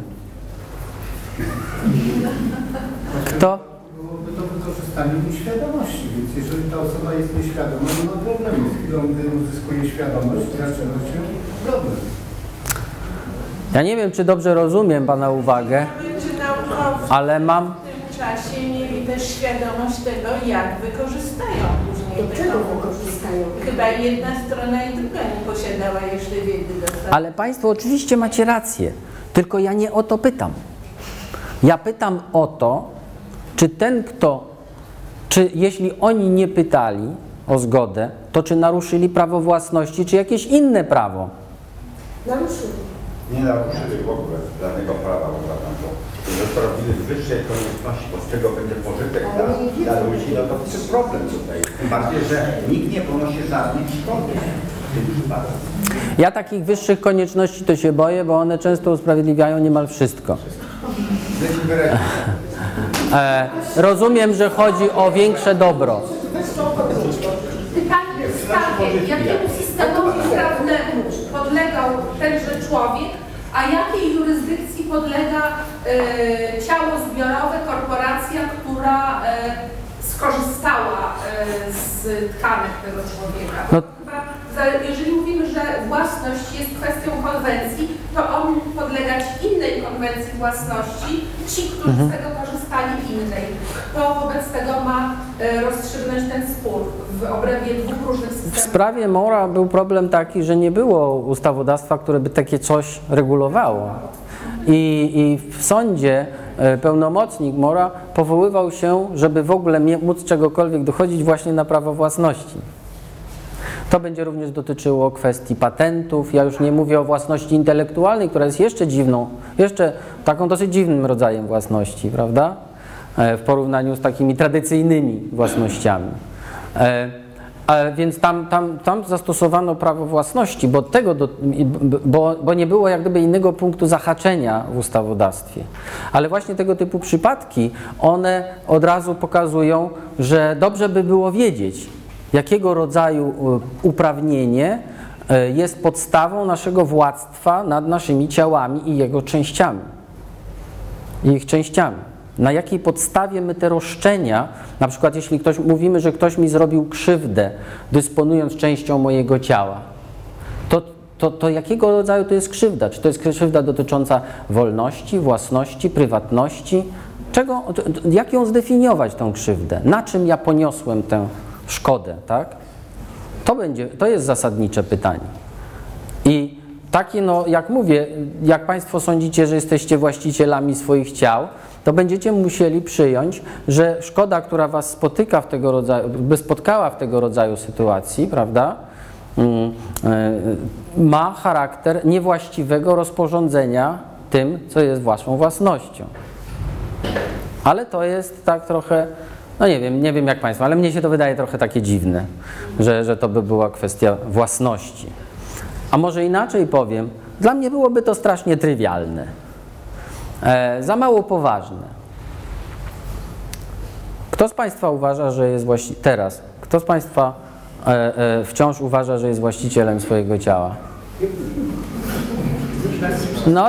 Speaker 1: Kto?
Speaker 4: Byłoby to wykorzystanie nieświadomości, więc jeżeli ta osoba jest nieświadoma, nie ma problemu. Z chwilą, gdy uzyskuje świadomość, zaczyna się problem.
Speaker 1: Ja nie wiem, czy dobrze rozumiem Pana uwagę,
Speaker 5: Czy naukowcy
Speaker 1: ale mam...
Speaker 5: w tym czasie mieli też świadomość tego, jak wykorzystają później
Speaker 3: Do
Speaker 5: te
Speaker 3: czego
Speaker 5: komórki.
Speaker 3: wykorzystają?
Speaker 5: Chyba jedna strona i druga nie posiadała jeszcze wiedzy dostępnej.
Speaker 1: Ale Państwo oczywiście macie rację, tylko ja nie o to pytam. Ja pytam o to, czy jeśli oni nie pytali o zgodę, to czy naruszyli prawo własności, czy jakieś inne prawo?
Speaker 3: Naruszyli.
Speaker 6: Nie naruszyli w ogóle żadnego prawa, uważam to. Że sprawdzili wyższej konieczności, bo z czego będzie pożytek dla ludzi, no to jest problem tutaj. Tym bardziej, że nikt nie ponosi żadnych szkody w tym przypadku.
Speaker 1: Ja takich wyższych konieczności to się boję, bo one często usprawiedliwiają niemal wszystko. Rozumiem, że chodzi o większe dobro.
Speaker 7: Pytanie jest takie, jakiemu systemowi prawnemu podlegał tenże człowiek, a jakiej jurysdykcji podlega ciało zbiorowe, korporacja, która skorzystała z tkanek tego człowieka.
Speaker 1: No.
Speaker 7: Jeżeli mówimy, że własność jest kwestią konwencji, to on podlegać innej konwencji własności, ci, którzy z tego korzystali innej. Kto wobec tego ma rozstrzygnąć ten spór w obrębie dwóch różnych systemów?
Speaker 1: W sprawie Mora był problem taki, że nie było ustawodawstwa, które by takie coś regulowało. I w sądzie pełnomocnik Mora powoływał się, żeby w ogóle móc czegokolwiek dochodzić, właśnie na prawo własności. To będzie również dotyczyło kwestii patentów. Ja już nie mówię o własności intelektualnej, która jest jeszcze taką dosyć dziwnym rodzajem własności, prawda? W porównaniu z takimi tradycyjnymi własnościami. Więc tam zastosowano prawo własności, bo nie było jak gdyby innego punktu zahaczenia w ustawodawstwie. Ale właśnie tego typu przypadki, one od razu pokazują, że dobrze by było wiedzieć, jakiego rodzaju uprawnienie jest podstawą naszego władztwa nad naszymi ciałami i jego częściami, ich częściami. Na jakiej podstawie my te roszczenia, na przykład jeśli mówimy, że ktoś mi zrobił krzywdę, dysponując częścią mojego ciała, to jakiego rodzaju to jest krzywda? Czy to jest krzywda dotycząca wolności, własności, prywatności? Jak ją zdefiniować, tą krzywdę? Na czym ja poniosłem tę szkodę, tak? To jest zasadnicze pytanie. I takie, jak mówię, jak Państwo sądzicie, że jesteście właścicielami swoich ciał, to będziecie musieli przyjąć, że szkoda, która Was spotkała w tego rodzaju sytuacji, prawda, ma charakter niewłaściwego rozporządzenia tym, co jest Waszą własnością. Ale to jest tak trochę, nie wiem jak Państwo, ale mnie się to wydaje trochę takie dziwne, że to by była kwestia własności. A może inaczej powiem, dla mnie byłoby to strasznie trywialne, za mało poważne. Kto z Państwa uważa, że jest kto z Państwa wciąż uważa, że jest właścicielem swojego ciała? No,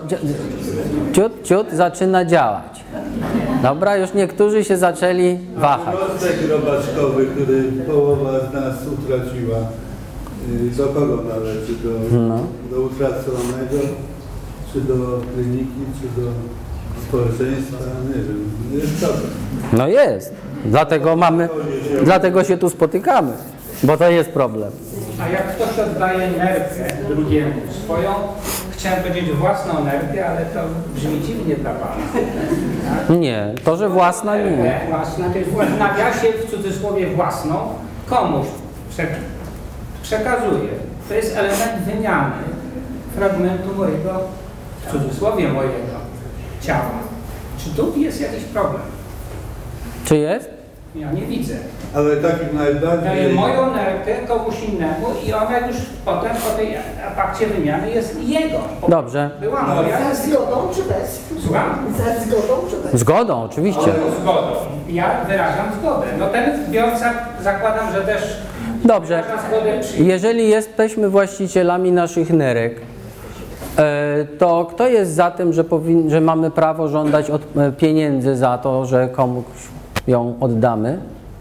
Speaker 1: ciut zaczyna działać. Dobra, już niektórzy się zaczęli wahać.
Speaker 8: Mostek robaczkowy, który połowa z nas utraciła. Do kogo należy? Do utraconego? Czy do kliniki? Czy do społeczeństwa? Nie wiem. Jest problem.
Speaker 1: No jest. Dlatego się tu spotykamy. Bo to jest problem.
Speaker 9: A jak ktoś oddaje nerkę drugiemu swoją, chciałem powiedzieć własną nerkę, ale to brzmi dziwnie dla Pana. Tak?
Speaker 1: Nie, to, że własna nie.
Speaker 9: Własna, to jest w nawiasie, w cudzysłowie własną, komuś przekazuje. To jest element wymiany fragmentu mojego, w cudzysłowie mojego ciała. Czy tu jest jakiś problem?
Speaker 1: Czy jest?
Speaker 9: Ja nie widzę.
Speaker 8: Ale takim najbardziej...
Speaker 9: Daję moją nerkę komuś innemu i ona już potem po tej akcie wymiany jest jego.
Speaker 1: Dobrze.
Speaker 9: Była moja.
Speaker 3: Za zgodą czy bez?
Speaker 9: Słucham?
Speaker 3: Za zgodą czy bez?
Speaker 1: Zgodą, oczywiście.
Speaker 9: Zgodą. Ja wyrażam zgodę. No ten zbiorca zakładam, że też
Speaker 1: Dobrze.
Speaker 9: wyraża zgodę przyjąć.
Speaker 1: Jeżeli jesteśmy właścicielami naszych nerek, to kto jest za tym, że mamy prawo żądać pieniędzy za to, że komuś ją oddamy?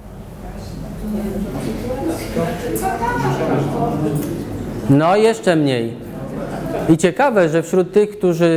Speaker 1: No jeszcze mniej. I ciekawe, że wśród tych,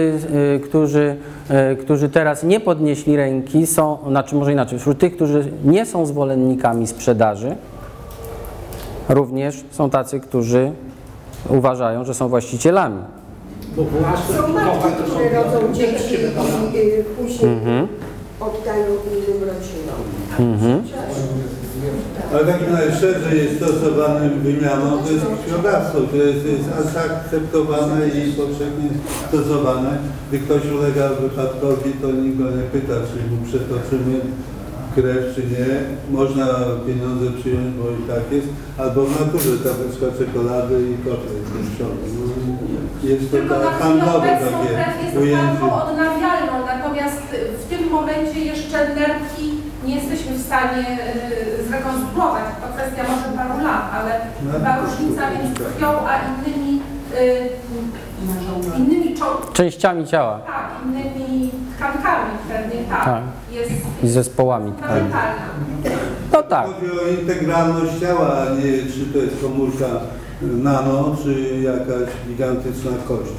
Speaker 1: którzy teraz nie podnieśli ręki, może inaczej, wśród tych, którzy nie są zwolennikami sprzedaży, również są tacy, którzy uważają, że są właścicielami.
Speaker 9: Bo własność
Speaker 3: Są
Speaker 9: duchowa
Speaker 3: matki,
Speaker 9: to są
Speaker 3: które rodzą dzieci
Speaker 9: wiadomo.
Speaker 3: i później oddają innym rodzinom.
Speaker 8: Ale takim najszerzej jest stosowanym wymianą to jest krwiodawstwo, które jest akceptowane i powszechnie stosowane. Gdy ktoś ulega wypadkowi, to nikt go nie pyta, czy mu przetoczymy krew, czy nie. Można pieniądze przyjąć, bo i tak jest. Albo w naturze tabletka czekolady i kotlet. Jest to
Speaker 7: Tylko na chwilę
Speaker 8: handlowe
Speaker 7: obecną
Speaker 8: takie
Speaker 7: krew jest
Speaker 8: ujęcie.
Speaker 7: farmą odnawialną, natomiast w tym momencie jeszcze nerki nie jesteśmy w stanie zrekonstruować. To kwestia może paru lat, ale była różnica między krwią a innymi
Speaker 1: Częściami ciała.
Speaker 7: tak, innymi tkankami pewnie
Speaker 1: Tak.
Speaker 7: jest
Speaker 1: I zespołami. Tak.
Speaker 7: fundamentalna.
Speaker 1: No tak.
Speaker 8: Chodzi o integralność ciała, a nie czy to jest komórka nano, czy jakaś gigantyczna kość.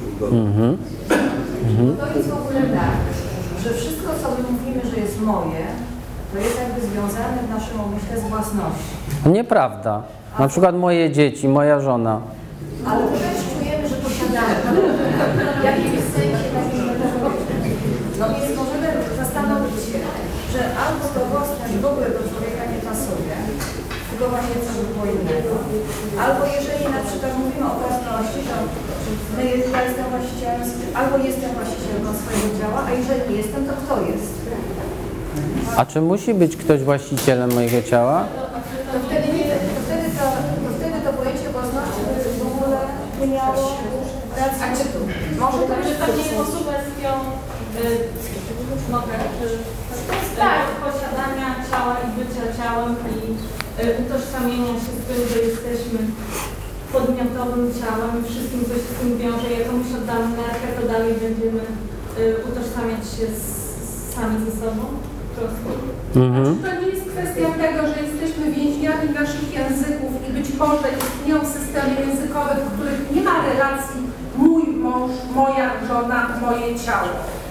Speaker 10: To jest w ogóle tak, że wszystko, co my mówimy, że jest moje, to jest jakby związane w naszym umyśle z własnością.
Speaker 1: Nieprawda. Na przykład moje dzieci, moja żona.
Speaker 10: Ale my też czujemy, że posiadamy. W jakimś sensie takim no więc możemy zastanowić się, że albo to własność w ogóle do człowieka nie pasuje, tylko właśnie coś było innego. Albo jeżeli na przykład mówimy o własności, to ja jestem właścicielem, albo jestem właścicielką swojego ciała, a jeżeli nie jestem, to kto jest?
Speaker 1: A czy musi być ktoś właścicielem mojego ciała?
Speaker 10: To wtedy to pojęcie własności w ogóle nie miało racji bytu. Może to być
Speaker 11: to nie jest sugestią posiadania ciała i bycia ciałem i utożsamienia się z tym, że jesteśmy podmiotowym ciałem i wszystkim, co się z tym wiąże. Jak komuś oddamy nerkę, to dalej będziemy utożsamiać się sami ze sobą.
Speaker 7: Czy to nie jest kwestia tego, że jesteśmy więźniami naszych języków i być może istnieją systemy językowe, w których nie ma relacji mój mąż, moja żona, moje ciało?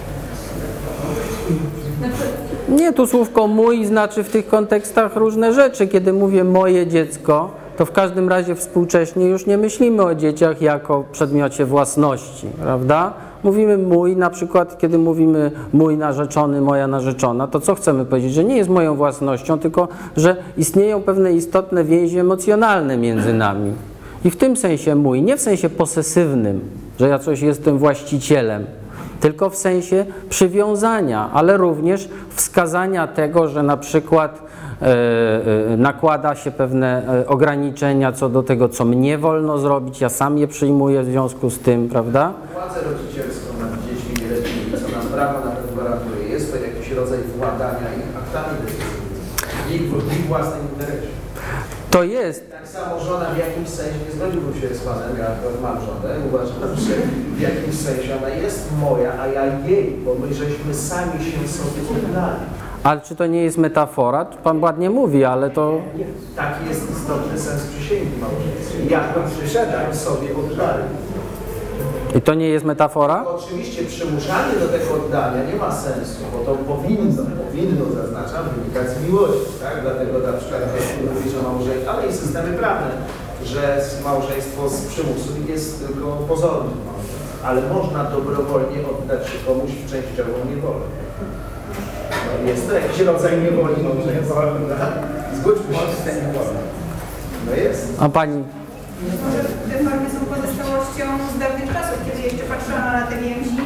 Speaker 1: Nie, tu słówko mój znaczy w tych kontekstach różne rzeczy. Kiedy mówię moje dziecko, to w każdym razie współcześnie już nie myślimy o dzieciach jako przedmiocie własności, prawda? Mówimy mój, na przykład kiedy mówimy mój narzeczony, moja narzeczona, to co chcemy powiedzieć? Że nie jest moją własnością, tylko że istnieją pewne istotne więzi emocjonalne między nami. I w tym sensie mój, nie w sensie posesywnym, że ja coś jestem właścicielem, tylko w sensie przywiązania, ale również wskazania tego, że na przykład nakłada się pewne ograniczenia co do tego, co mnie wolno zrobić, ja sam je przyjmuję w związku z tym, prawda?
Speaker 12: Władzę rodzicielską nad dziećmi nieletnimi, co nam prawo nawet gwarantuje, jest to jakiś rodzaj władania ich aktami decyzyjnymi, w ich własnym interesie.
Speaker 1: To jest.
Speaker 12: Tak samo żona w jakimś sensie, nie zgodziłbym się z panem, ja mam żonę, uważam, że w jakimś sensie ona jest moja, a ja jej, bo my żeśmy sami się sobie oddali.
Speaker 1: Ale czy to nie jest metafora? Pan ładnie mówi, ale to...
Speaker 12: Taki jest istotny sens przysięgi małżeńskiej. Jak przysięgam sobie oddali.
Speaker 1: I to nie jest metafora?
Speaker 12: To oczywiście przymuszanie do tego oddania nie ma sensu, bo to powinno zaznaczam, wynikać z miłości, tak? Dlatego na przykład mówi, że małżeństwo, ale i systemy prawne, że małżeństwo z przymusu jest tylko pozornym małżeństwem, ale można dobrowolnie oddać się komuś w częściową niewolę. No, jest to jakiś rodzaj niewoli małżeństwa, prawda? Zgódźmy się z tym niewolą. No jest.
Speaker 1: A pani?
Speaker 13: Może te formy są pozostałością z dawnych czasów, kiedy jeszcze patrzono na te więzi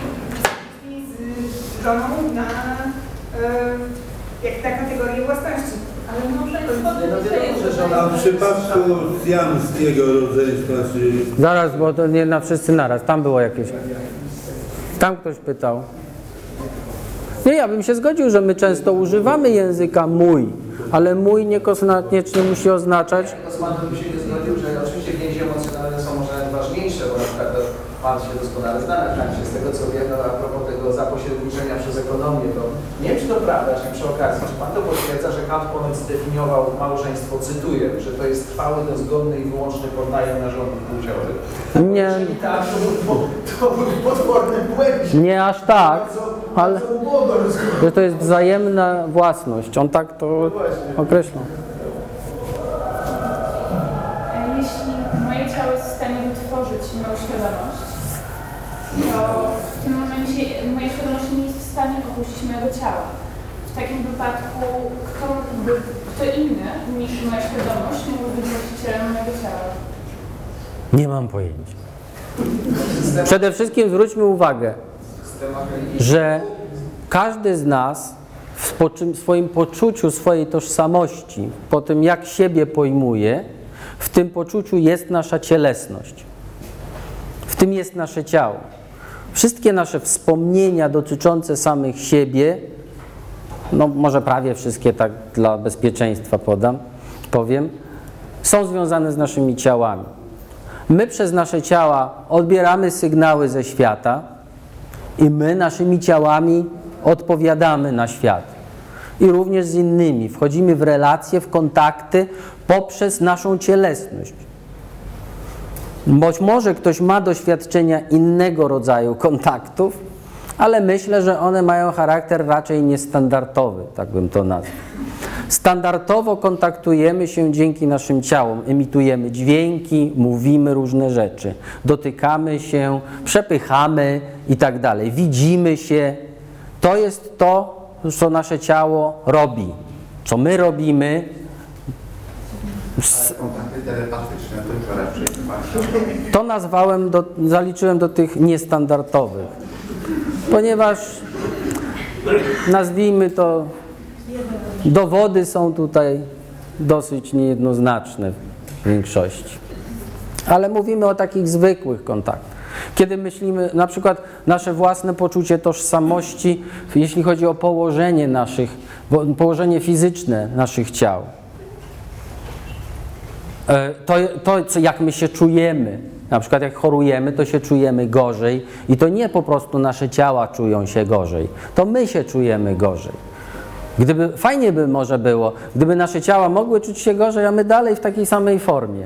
Speaker 13: z żoną jak na kategorię własności.
Speaker 11: Ale może
Speaker 8: A w przypadku syamskiego rodzeństwa, czy...
Speaker 1: Zaraz, bo to nie na wszyscy naraz. Tam było jakieś... Tam ktoś pytał. Nie, ja bym się zgodził, że my często używamy języka mój, ale mój niekoniecznie musi oznaczać...
Speaker 12: Z panem bym się nie zgodził, że oczywiście więzi emocjonalne są może najważniejsze, bo na przykład pan się doskonale zna na Francie, z tego co wiem, no, a propos tego zapośredniczenia przez ekonomię, to nie wiem, czy to prawda, czy przy okazji, czy pan to potwierdza, że Kant ponoć zdefiniował małżeństwo, cytuję, że to jest trwały, dozgodny i wyłączny podnajem narządów płciowych.
Speaker 1: Nie.
Speaker 12: Jeżeli tak, to był potworny błęd.
Speaker 1: Nie aż tak, ale że to jest wzajemna własność. On tak to określa.
Speaker 11: Jeśli moje ciało jest w stanie wytworzyć moją świadomość, to w tym momencie moja świadomość nie jest w stanie opuścić mojego ciała. W takim wypadku kto inny niż moja świadomość mógł być właścicielem mojego ciała?
Speaker 1: Nie mam pojęcia. Przede wszystkim zwróćmy uwagę, że każdy z nas w swoim poczuciu swojej tożsamości, po tym jak siebie pojmuje, w tym poczuciu jest nasza cielesność. W tym jest nasze ciało. Wszystkie nasze wspomnienia dotyczące samych siebie, no może prawie wszystkie, tak dla bezpieczeństwa powiem, są związane z naszymi ciałami. My przez nasze ciała odbieramy sygnały ze świata i my naszymi ciałami odpowiadamy na świat. I również z innymi. Wchodzimy w relacje, w kontakty poprzez naszą cielesność. Być może ktoś ma doświadczenia innego rodzaju kontaktów, ale myślę, że one mają charakter raczej niestandardowy, tak bym to nazwał. Standardowo kontaktujemy się dzięki naszym ciałom, emitujemy dźwięki, mówimy różne rzeczy, dotykamy się, przepychamy i tak dalej, widzimy się. To jest to, co nasze ciało robi, co my robimy.
Speaker 6: Kontakty telepatyczne to raczej
Speaker 1: to zaliczyłem do tych niestandardowych, ponieważ nazwijmy to, dowody są tutaj dosyć niejednoznaczne w większości. Ale mówimy o takich zwykłych kontaktach. Kiedy myślimy, na przykład nasze własne poczucie tożsamości, jeśli chodzi o położenie fizyczne naszych ciał. To jak my się czujemy, na przykład jak chorujemy, to się czujemy gorzej i to nie po prostu nasze ciała czują się gorzej, to my się czujemy gorzej. Fajnie by może było, gdyby nasze ciała mogły czuć się gorzej, a my dalej w takiej samej formie.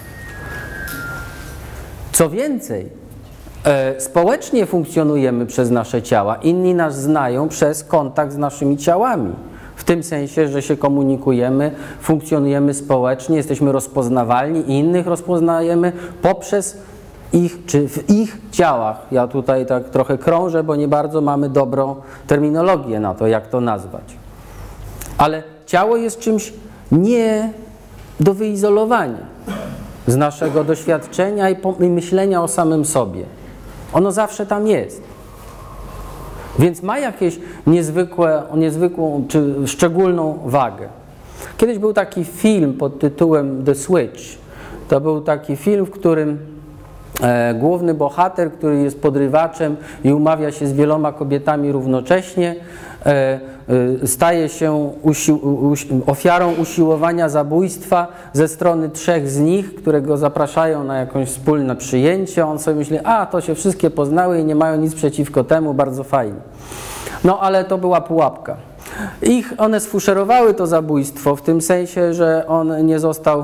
Speaker 1: Co więcej, społecznie funkcjonujemy przez nasze ciała, inni nas znają przez kontakt z naszymi ciałami. W tym sensie, że się komunikujemy, funkcjonujemy społecznie, jesteśmy rozpoznawalni i innych rozpoznajemy poprzez ich, czy w ich ciałach. Ja tutaj tak trochę krążę, bo nie bardzo mamy dobrą terminologię na to, jak to nazwać. Ale ciało jest czymś nie do wyizolowania z naszego doświadczenia i myślenia o samym sobie. Ono zawsze tam jest. Więc ma jakieś niezwykłą czy szczególną wagę. Kiedyś był taki film pod tytułem The Switch. To był taki film, w którym główny bohater, który jest podrywaczem i umawia się z wieloma kobietami równocześnie, staje się ofiarą usiłowania zabójstwa ze strony 3 z nich, które go zapraszają na jakieś wspólne przyjęcie. On sobie myśli, to się wszystkie poznały i nie mają nic przeciwko temu, bardzo fajnie. No ale to była pułapka. One sfuszerowały to zabójstwo w tym sensie, że on nie został,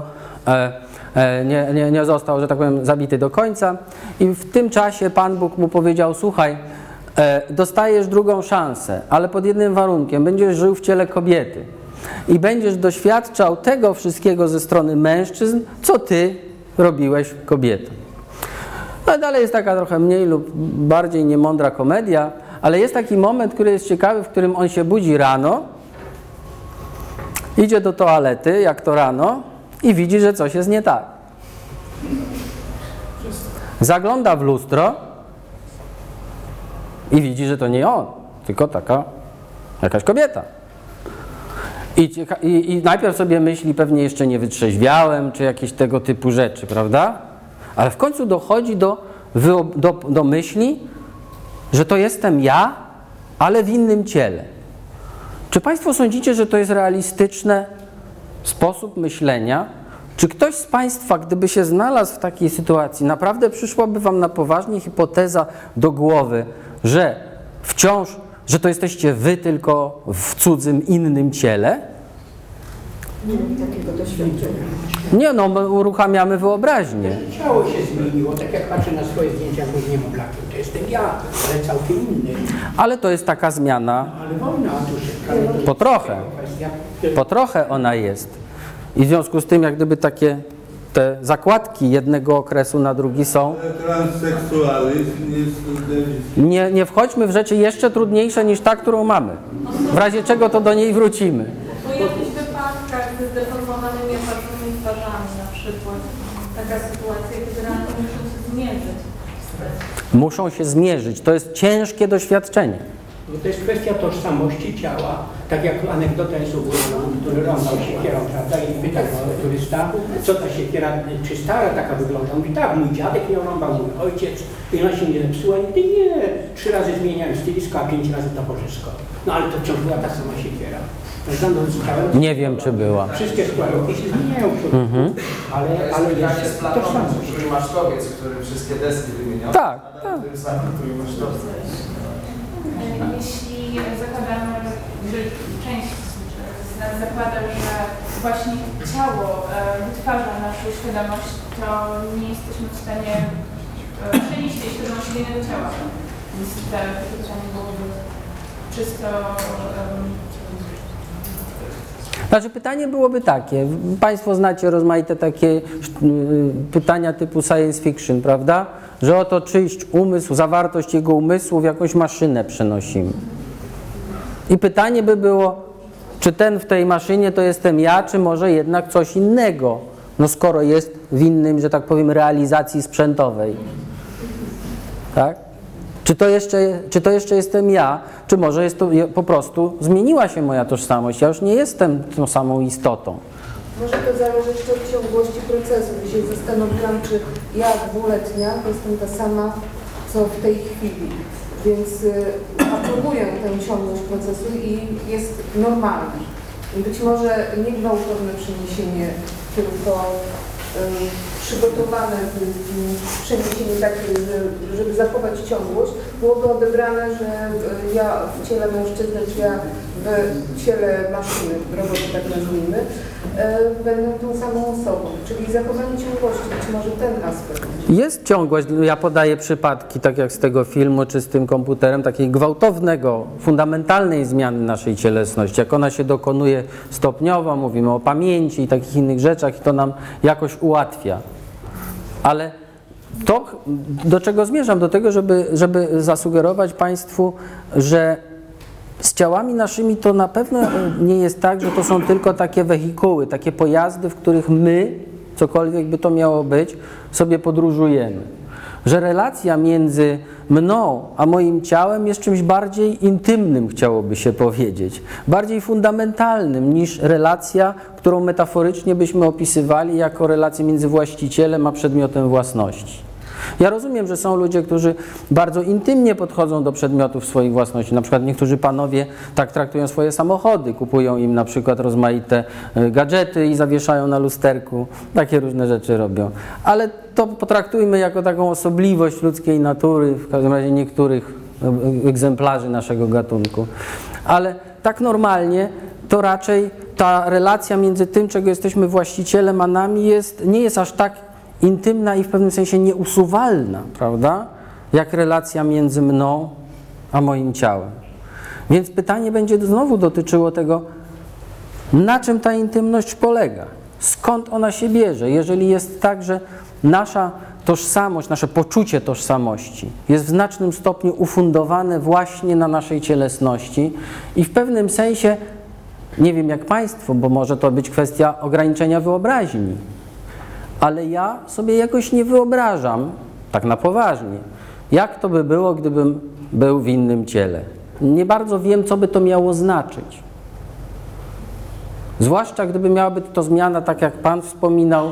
Speaker 1: że tak powiem, zabity do końca i w tym czasie Pan Bóg mu powiedział, słuchaj, dostajesz drugą szansę, ale pod jednym warunkiem, będziesz żył w ciele kobiety i będziesz doświadczał tego wszystkiego ze strony mężczyzn, co ty robiłeś kobietom. No dalej jest taka trochę mniej lub bardziej niemądra komedia, ale jest taki moment, który jest ciekawy, w którym on się budzi rano, idzie do toalety, jak to rano, i widzi, że coś jest nie tak. Zagląda w lustro i widzi, że to nie on, tylko jakaś kobieta. I najpierw sobie myśli, pewnie jeszcze nie wytrzeźwiałem, czy jakieś tego typu rzeczy, prawda? Ale w końcu dochodzi do myśli, że to jestem ja, ale w innym ciele. Czy Państwo sądzicie, że to jest realistyczny sposób myślenia? Czy ktoś z Państwa, gdyby się znalazł w takiej sytuacji, naprawdę przyszłaby Wam na poważnie hipoteza do głowy, że że to jesteście Wy tylko w cudzym, innym ciele?
Speaker 3: Nie mam takiego doświadczenia.
Speaker 1: Nie, no, my uruchamiamy wyobraźnię.
Speaker 14: Ciało się zmieniło, tak jak patrzę na swoje zdjęcia, jak byłem niemowlakiem, to jestem ja, ale całkiem inny.
Speaker 1: Ale to jest taka zmiana,
Speaker 14: Ale wolna,
Speaker 1: po trochę ona jest. I w związku z tym, jak gdyby te zakładki jednego okresu na drugi są.
Speaker 8: Transseksualizm jest...
Speaker 1: Nie wchodźmy w rzeczy jeszcze trudniejsze niż ta, którą mamy. W razie czego to do niej wrócimy.
Speaker 11: Po jakichś wypadkach ze zdeformowanymi apartami twarzami na przykład. Taka sytuacja, kiedy realnie muszą się zmierzyć.
Speaker 1: Muszą się zmierzyć. To jest ciężkie doświadczenie.
Speaker 14: Bo to jest kwestia tożsamości ciała. Tak jak anegdota jest u który rąbał siekierą, prawda? I pyta go turysta, co ta siekiera, czy stara taka wygląda? On mówi, tak, mój dziadek ją rąbał, mój ojciec, i ona się nie zepsuła. Nigdy nie. 3 razy zmieniałem stylisko, a 5 razy towarzysko. No ale to wciąż była ta sama siekiera.
Speaker 1: Nie wiem, czy była.
Speaker 14: Wszystkie składniki się zmieniają, ale jest tożsamość.
Speaker 12: Trójmasztowiec, w którym wszystkie deski wymienione.
Speaker 1: Tak.
Speaker 12: Tym samym trójmasztowcem.
Speaker 7: Jeśli zakładamy, że część z nas zakłada, że właśnie ciało wytwarza naszą świadomość, to nie jesteśmy w stanie przenieść tej świadomości do innego ciała. Więc to pytanie byłoby czysto...
Speaker 1: Znaczy pytanie byłoby takie, Państwo znacie rozmaite takie pytania typu science fiction, prawda? Że oto czyjś umysł, zawartość jego umysłu w jakąś maszynę przenosimy. I pytanie by było, czy ten w tej maszynie to jestem ja, czy może jednak coś innego? No skoro jest w innym, że tak powiem, realizacji sprzętowej. Tak? Czy to jeszcze jestem ja, czy może jest to po prostu zmieniła się moja tożsamość? Ja już nie jestem tą samą istotą.
Speaker 15: Może to zależy jeszcze od ciągłości procesu. Dzisiaj zastanowiłam, czy ja 2-letnia jestem ta sama, co w tej chwili. Więc aprobuję tę ciągłość procesu i jest normalna. Być może nie gwałtowne przeniesienie, tylko przygotowane przeniesienie takie, żeby zachować ciągłość, byłoby odebrane, że ja w ciele mężczyzny, czy ja w ciele maszyny, roboty tak nazwijmy, będę tą samą osobą. Czyli zachowanie ciągłości, być może ten aspekt.
Speaker 1: Jest ciągłość. Ja podaję przypadki, tak jak z tego filmu, czy z tym komputerem, takiej gwałtownego, fundamentalnej zmiany naszej cielesności. Jak ona się dokonuje stopniowo, mówimy o pamięci i takich innych rzeczach i to nam jakoś ułatwia. Ale to, do czego zmierzam? Do tego, żeby zasugerować Państwu, że z ciałami naszymi to na pewno nie jest tak, że to są tylko takie wehikuły, takie pojazdy, w których my, cokolwiek by to miało być, sobie podróżujemy. Że relacja między mną a moim ciałem jest czymś bardziej intymnym, chciałoby się powiedzieć, bardziej fundamentalnym niż relacja, którą metaforycznie byśmy opisywali jako relację między właścicielem a przedmiotem własności. Ja rozumiem, że są ludzie, którzy bardzo intymnie podchodzą do przedmiotów swoich własności. Na przykład niektórzy panowie tak traktują swoje samochody, kupują im na przykład rozmaite gadżety i zawieszają na lusterku. Takie różne rzeczy robią. Ale to potraktujmy jako taką osobliwość ludzkiej natury, w każdym razie niektórych egzemplarzy naszego gatunku. Ale tak normalnie to raczej ta relacja między tym, czego jesteśmy właścicielem, a nami nie jest aż tak intymna i w pewnym sensie nieusuwalna, prawda? Jak relacja między mną a moim ciałem. Więc pytanie będzie znowu dotyczyło tego, na czym ta intymność polega? Skąd ona się bierze? Jeżeli jest tak, że nasza tożsamość, nasze poczucie tożsamości jest w znacznym stopniu ufundowane właśnie na naszej cielesności i w pewnym sensie, nie wiem jak Państwo, bo może to być kwestia ograniczenia wyobraźni, ale ja sobie jakoś nie wyobrażam, tak na poważnie, jak to by było, gdybym był w innym ciele. Nie bardzo wiem, co by to miało znaczyć. Zwłaszcza gdyby miała być to zmiana, tak jak Pan wspominał,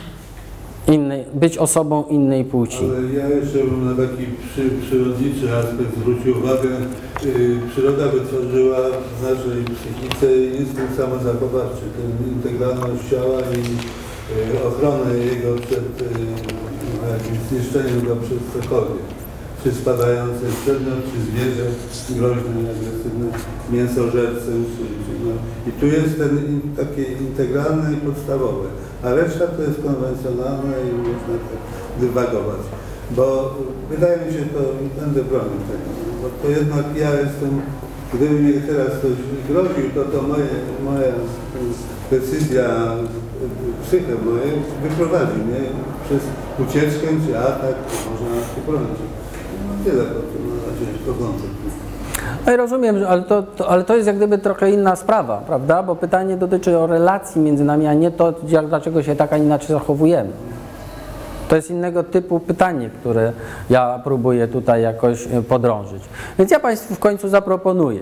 Speaker 1: być osobą innej płci.
Speaker 8: Ale ja jeszcze bym na taki przyrodniczy aspekt zwrócił uwagę. Przyroda wytworzyła w naszej psychice instynkt samozachowawczy, tę integralność ciała i ochronę jego przed jakimś zniszczeniem go przez cokolwiek. Czy spadający przedmiot, czy zwierzę groźne, agresywne, mięsożercy. I tu jest ten takie integralne i podstawowe, a reszta to jest konwencjonalne i można tak dywagować. Bo wydaje mi się to, i będę bronił tego, bo to jednak ja jestem, gdyby mnie teraz ktoś groził, to moja decyzja psychę moje wyprowadzi mnie przez ucieczkę czy atak, można się bronić. Tyle po tym na razie poglądem.
Speaker 1: No i rozumiem, ale to jest jak gdyby trochę inna sprawa, prawda? Bo pytanie dotyczy o relacji między nami, a nie to, dlaczego się tak, a inaczej zachowujemy. To jest innego typu pytanie, które ja próbuję tutaj jakoś podrążyć. Więc ja Państwu w końcu zaproponuję.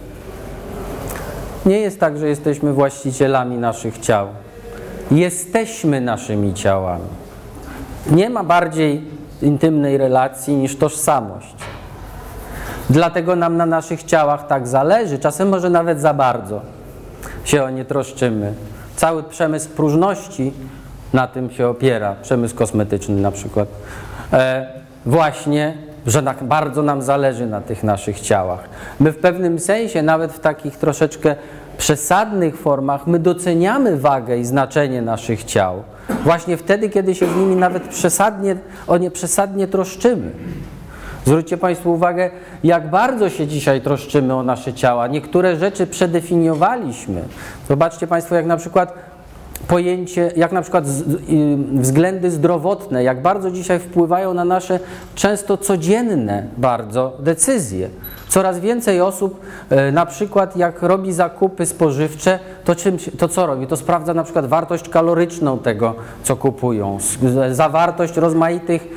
Speaker 1: Nie jest tak, że jesteśmy właścicielami naszych ciał. Jesteśmy naszymi ciałami. Nie ma bardziej intymnej relacji niż tożsamość. Dlatego nam na naszych ciałach tak zależy, czasem może nawet za bardzo się o nie troszczymy. Cały przemysł próżności na tym się opiera, przemysł kosmetyczny na przykład. Właśnie, że tak bardzo nam zależy na tych naszych ciałach. My w pewnym sensie, nawet w takich troszeczkę przesadnych formach, my doceniamy wagę i znaczenie naszych ciał. Właśnie wtedy, kiedy się z nimi nawet o nie przesadnie troszczymy. Zwróćcie Państwo uwagę, jak bardzo się dzisiaj troszczymy o nasze ciała. Niektóre rzeczy przedefiniowaliśmy. Zobaczcie Państwo, jak na przykład pojęcie, jak na przykład względy zdrowotne, jak bardzo dzisiaj wpływają na nasze często codzienne bardzo decyzje. Coraz więcej osób na przykład jak robi zakupy spożywcze, to co robi? To sprawdza na przykład wartość kaloryczną tego, co kupują, zawartość rozmaitych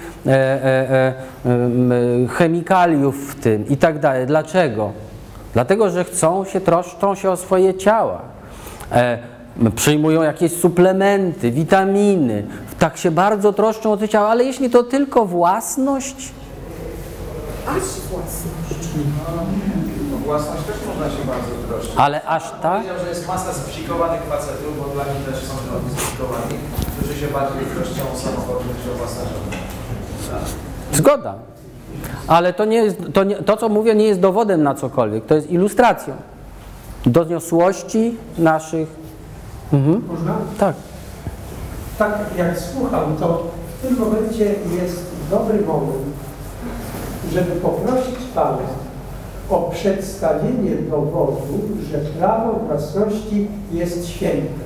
Speaker 1: chemikaliów w tym i tak dalej. Dlaczego? Dlatego, że troszczą się o swoje ciała. Przyjmują jakieś suplementy, witaminy, tak się bardzo troszczą o te ciała, ale jeśli to tylko własność,
Speaker 12: No, własność też można się bardzo troszczyć.
Speaker 1: ale aż tak?
Speaker 12: Powiedział, że jest masa spsikowanych facetów, bo dla nich też są spsikowani, którzy się bardziej troszczą o samochód niż o własne żony.
Speaker 1: Zgoda. Ale to, co mówię, nie jest dowodem na cokolwiek, to jest ilustracją doniosłości naszych.
Speaker 14: Można?
Speaker 1: Tak.
Speaker 14: Tak jak słucham, to w tym momencie jest dobry moment, żeby poprosić Pana o przedstawienie dowodu, że prawo własności jest święte.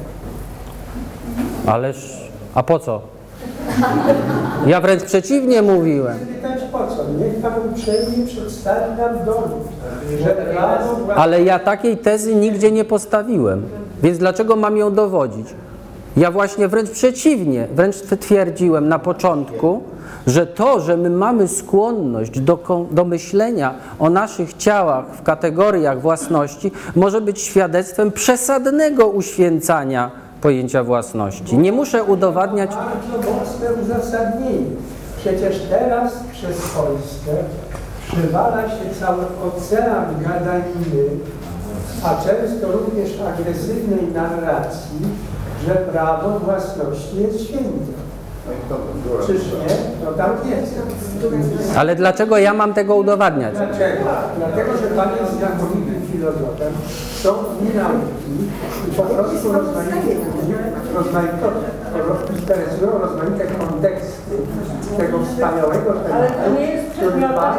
Speaker 1: Ależ, a po co? Ja wręcz przeciwnie mówiłem.
Speaker 14: Pytać po co? Niech Pan uprzejmie przedstawi nam dowód, że prawo własności...
Speaker 1: Ale ja takiej tezy nigdzie nie postawiłem, więc dlaczego mam ją dowodzić? Ja właśnie wręcz przeciwnie, wręcz twierdziłem na początku, że to, że my mamy skłonność do myślenia o naszych ciałach w kategoriach własności, może być świadectwem przesadnego uświęcania pojęcia własności. Nie muszę udowadniać...
Speaker 14: Bardzo mocne uzasadnienie. Przecież teraz przez Polskę przywala się cały ocean gadaniny, a często również agresywnej narracji, że prawo własności jest święte. Czyż nie? No tam jest.
Speaker 1: Ale dlaczego ja mam tego udowadniać?
Speaker 14: Dlaczego? Dlatego, że Pan jest znakomitym filozofem, są dni nauki i po prostu interesują rozmaite konteksty tego wspaniałego tematu, który Pan...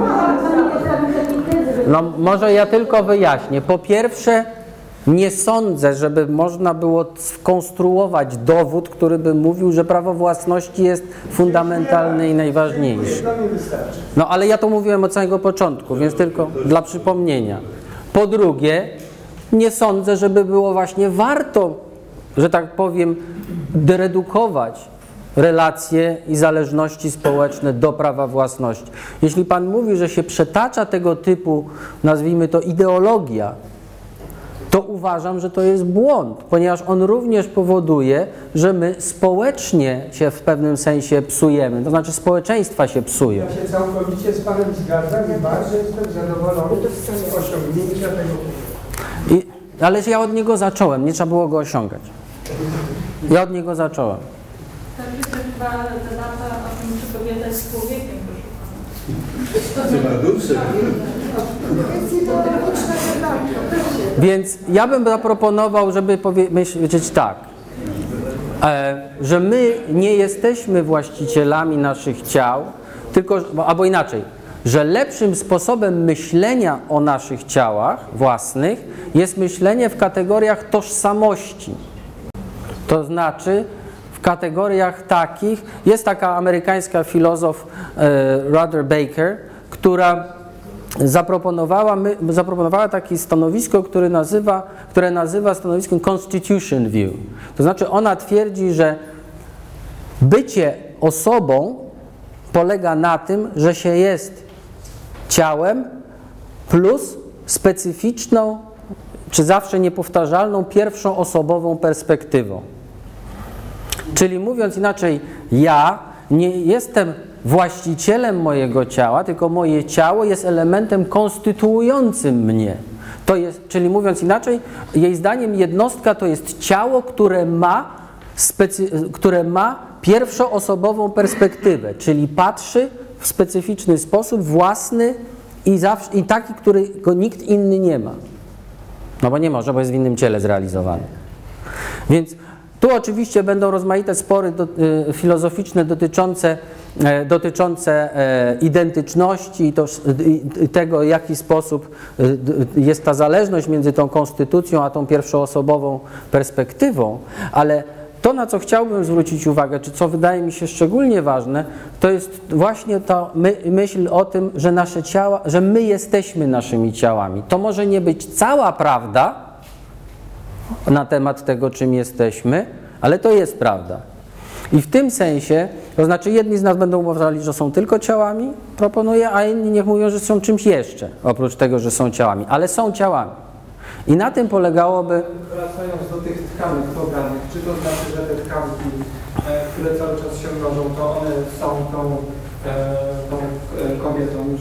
Speaker 1: No może ja tylko wyjaśnię. Po pierwsze, nie sądzę, żeby można było skonstruować dowód, który by mówił, że prawo własności jest fundamentalne i najważniejsze. No ale ja to mówiłem od samego początku, więc tylko dla przypomnienia. Po drugie, nie sądzę, żeby było właśnie warto, że tak powiem, deredukować relacje i zależności społeczne do prawa własności. Jeśli Pan mówi, że się przetacza tego typu, nazwijmy to, ideologia, to uważam, że to jest błąd, ponieważ on również powoduje, że my społecznie się w pewnym sensie psujemy, to znaczy społeczeństwa się psują.
Speaker 14: Ja się całkowicie z Panem zgadzam i bardzo jestem zadowolony z osiągnięcia tego.
Speaker 1: Ale ja od niego zacząłem, nie trzeba było go osiągać. Ja od niego zacząłem.
Speaker 11: Tak jest chyba debata o tym, czy kobieta jest człowiekiem,
Speaker 1: Więc ja bym zaproponował, żeby powiedzieć tak, że my nie jesteśmy właścicielami naszych ciał, tylko, albo inaczej, że lepszym sposobem myślenia o naszych ciałach własnych jest myślenie w kategoriach tożsamości. To znaczy w kategoriach takich, jest taka amerykańska filozof Ruth Baker, która zaproponowała takie stanowisko, które nazywa stanowiskiem Constitution View. To znaczy ona twierdzi, że bycie osobą polega na tym, że się jest ciałem plus specyficzną, czy zawsze niepowtarzalną, pierwszą osobową perspektywą. Czyli mówiąc inaczej, ja nie jestem właścicielem mojego ciała, tylko moje ciało jest elementem konstytuującym mnie. To jest, czyli mówiąc inaczej, jej zdaniem jednostka to jest ciało, które ma pierwszoosobową perspektywę, czyli patrzy w specyficzny sposób, własny i taki, którego nikt inny nie ma. No bo nie może, bo jest w innym ciele zrealizowany. Więc tu oczywiście będą rozmaite spory filozoficzne dotyczące identyczności i tego, w jaki sposób jest ta zależność między tą konstytucją a tą pierwszoosobową perspektywą, ale to, na co chciałbym zwrócić uwagę, czy co wydaje mi się szczególnie ważne, to jest właśnie ta myśl o tym, że nasze ciała, że my jesteśmy naszymi ciałami. To może nie być cała prawda na temat tego, czym jesteśmy, ale to jest prawda. I w tym sensie, to znaczy jedni z nas będą uważali, że są tylko ciałami, proponuję, a inni niech mówią, że są czymś jeszcze, oprócz tego, że są ciałami, ale są ciałami. I na tym polegałoby...
Speaker 16: Wracając do tych tkanek pobranych, czy to znaczy, że te tkanki, które cały czas się mnożą, to one są tą kobietą już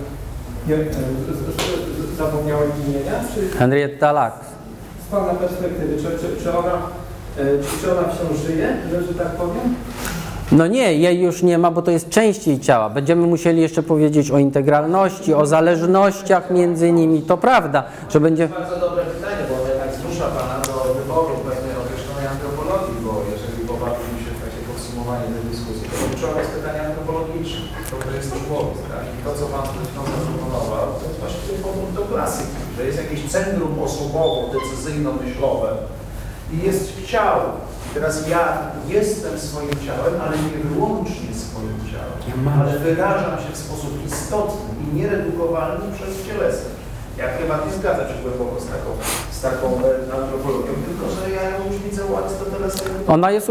Speaker 16: zapomniałem imienia?
Speaker 1: Henrietta Lacks.
Speaker 16: Z Pana perspektywy, czy ona wciąż żyje, że tak powiem?
Speaker 1: No nie, jej już nie ma, bo to jest część jej ciała. Będziemy musieli jeszcze powiedzieć o integralności, o zależnościach między nimi. To prawda, że będzie...
Speaker 12: To jest bardzo dobre pytanie, bo jednak zmusza Pana do wyboru pewnej określonej antropologii, bo jeżeli popatrzymy się w takie podsumowanie tej dyskusji, to kluczowe jest pytanie antropologiczne, to jest człowiek, tak? I to, co Pan zaproponował, to jest właściwie powrót do klasyki, że jest jakieś centrum osobowo-decyzyjno-myślowe i jest ciało. Teraz ja jestem swoim ciałem, ale nie wyłącznie swoim ciałem, ale wyrażam się w sposób istotny i nieredukowalny przez cielesność. Ja chyba nie zgadzam się głęboko z taką antropologią, tylko że ja ją już widzę u Arystotelesa.
Speaker 1: Ona jest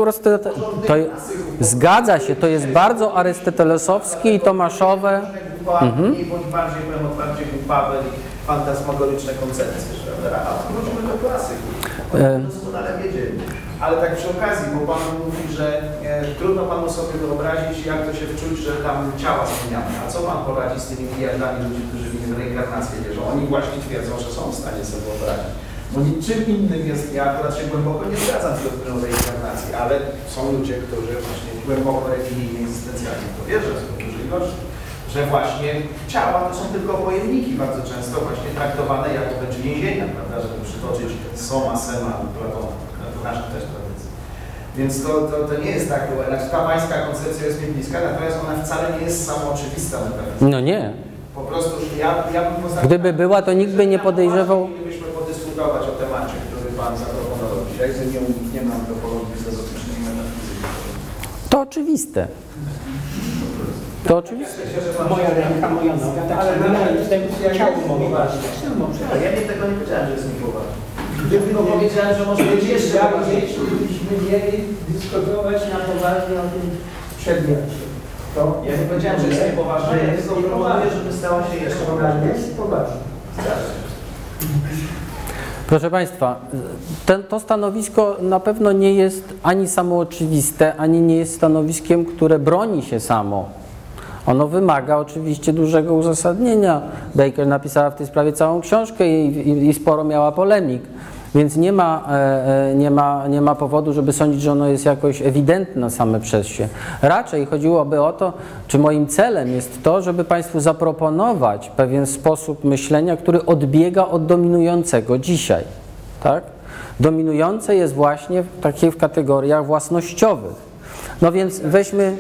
Speaker 1: zgadza się, to jest bardzo arystotelesowskie i tomaszowe.
Speaker 12: Mniej bądź bardziej, powiem otwarcie, Paweł i fantasmagoryczne koncepcje. A wróćmy do klasyki. Doskonale wiedzieli. Ale tak przy okazji, bo Pan mówi, że trudno Panu sobie wyobrazić, jak to się wczuć, że tam ciała zmieniamy. A co Pan poradzi z tymi miliardami ludzi, którzy w reinkarnację wierzą? Oni właśnie twierdzą, że są w stanie sobie wyobrazić. Bo niczym innym jest, ja akurat się głęboko nie zgadzam z doktryną reinkarnacji, ale są ludzie, którzy właśnie głęboko religijnie, egzystencjalnie to wierzą z możliwości, że właśnie ciała to są tylko pojemniki bardzo często właśnie traktowane jako wręcz więzienia, prawda, żeby przytoczyć Soma, Sema i Platona. Naszych też tradycji. Więc to nie jest tak, znaczy ta pańska koncepcja jest mi bliska, natomiast ona wcale nie jest samooczywista.
Speaker 1: No nie.
Speaker 12: Po prostu ja bym postawił...
Speaker 1: Gdyby była, to nikt by nie podejrzewał...
Speaker 12: Gdybyśmy podyskutować o temacie, który Pan zaproponował dzisiaj, że nie ma antropologii filozofycznej i metafizyki.
Speaker 1: To oczywiste. To oczywiste.
Speaker 14: Moja ręka, moja noga, tak samo jestem ciało mogę ważne.
Speaker 12: Ja tego nie powiedziałem, że jest mi poważny. Tylko powiedziałem, że może być jeszcze
Speaker 14: Gdybyśmy mieli dyskutować na poważnie o tym przedmiocie.
Speaker 12: Ja nie powiedziałem, że jest niepoważne, ja tylko proponuję, żeby stała się jeszcze poważniejsza.
Speaker 14: Jest poważne.
Speaker 1: Proszę Państwa, to stanowisko na pewno nie jest ani samooczywiste, ani nie jest stanowiskiem, które broni się samo. Ono wymaga oczywiście dużego uzasadnienia. Baker napisała w tej sprawie całą książkę i sporo miała polemik, więc nie ma powodu, żeby sądzić, że ono jest jakoś ewidentne same przez się. Raczej chodziłoby o to, czy moim celem jest to, żeby Państwu zaproponować pewien sposób myślenia, który odbiega od dominującego dzisiaj. Tak? Dominujące jest właśnie w kategoriach własnościowych. No więc weźmy...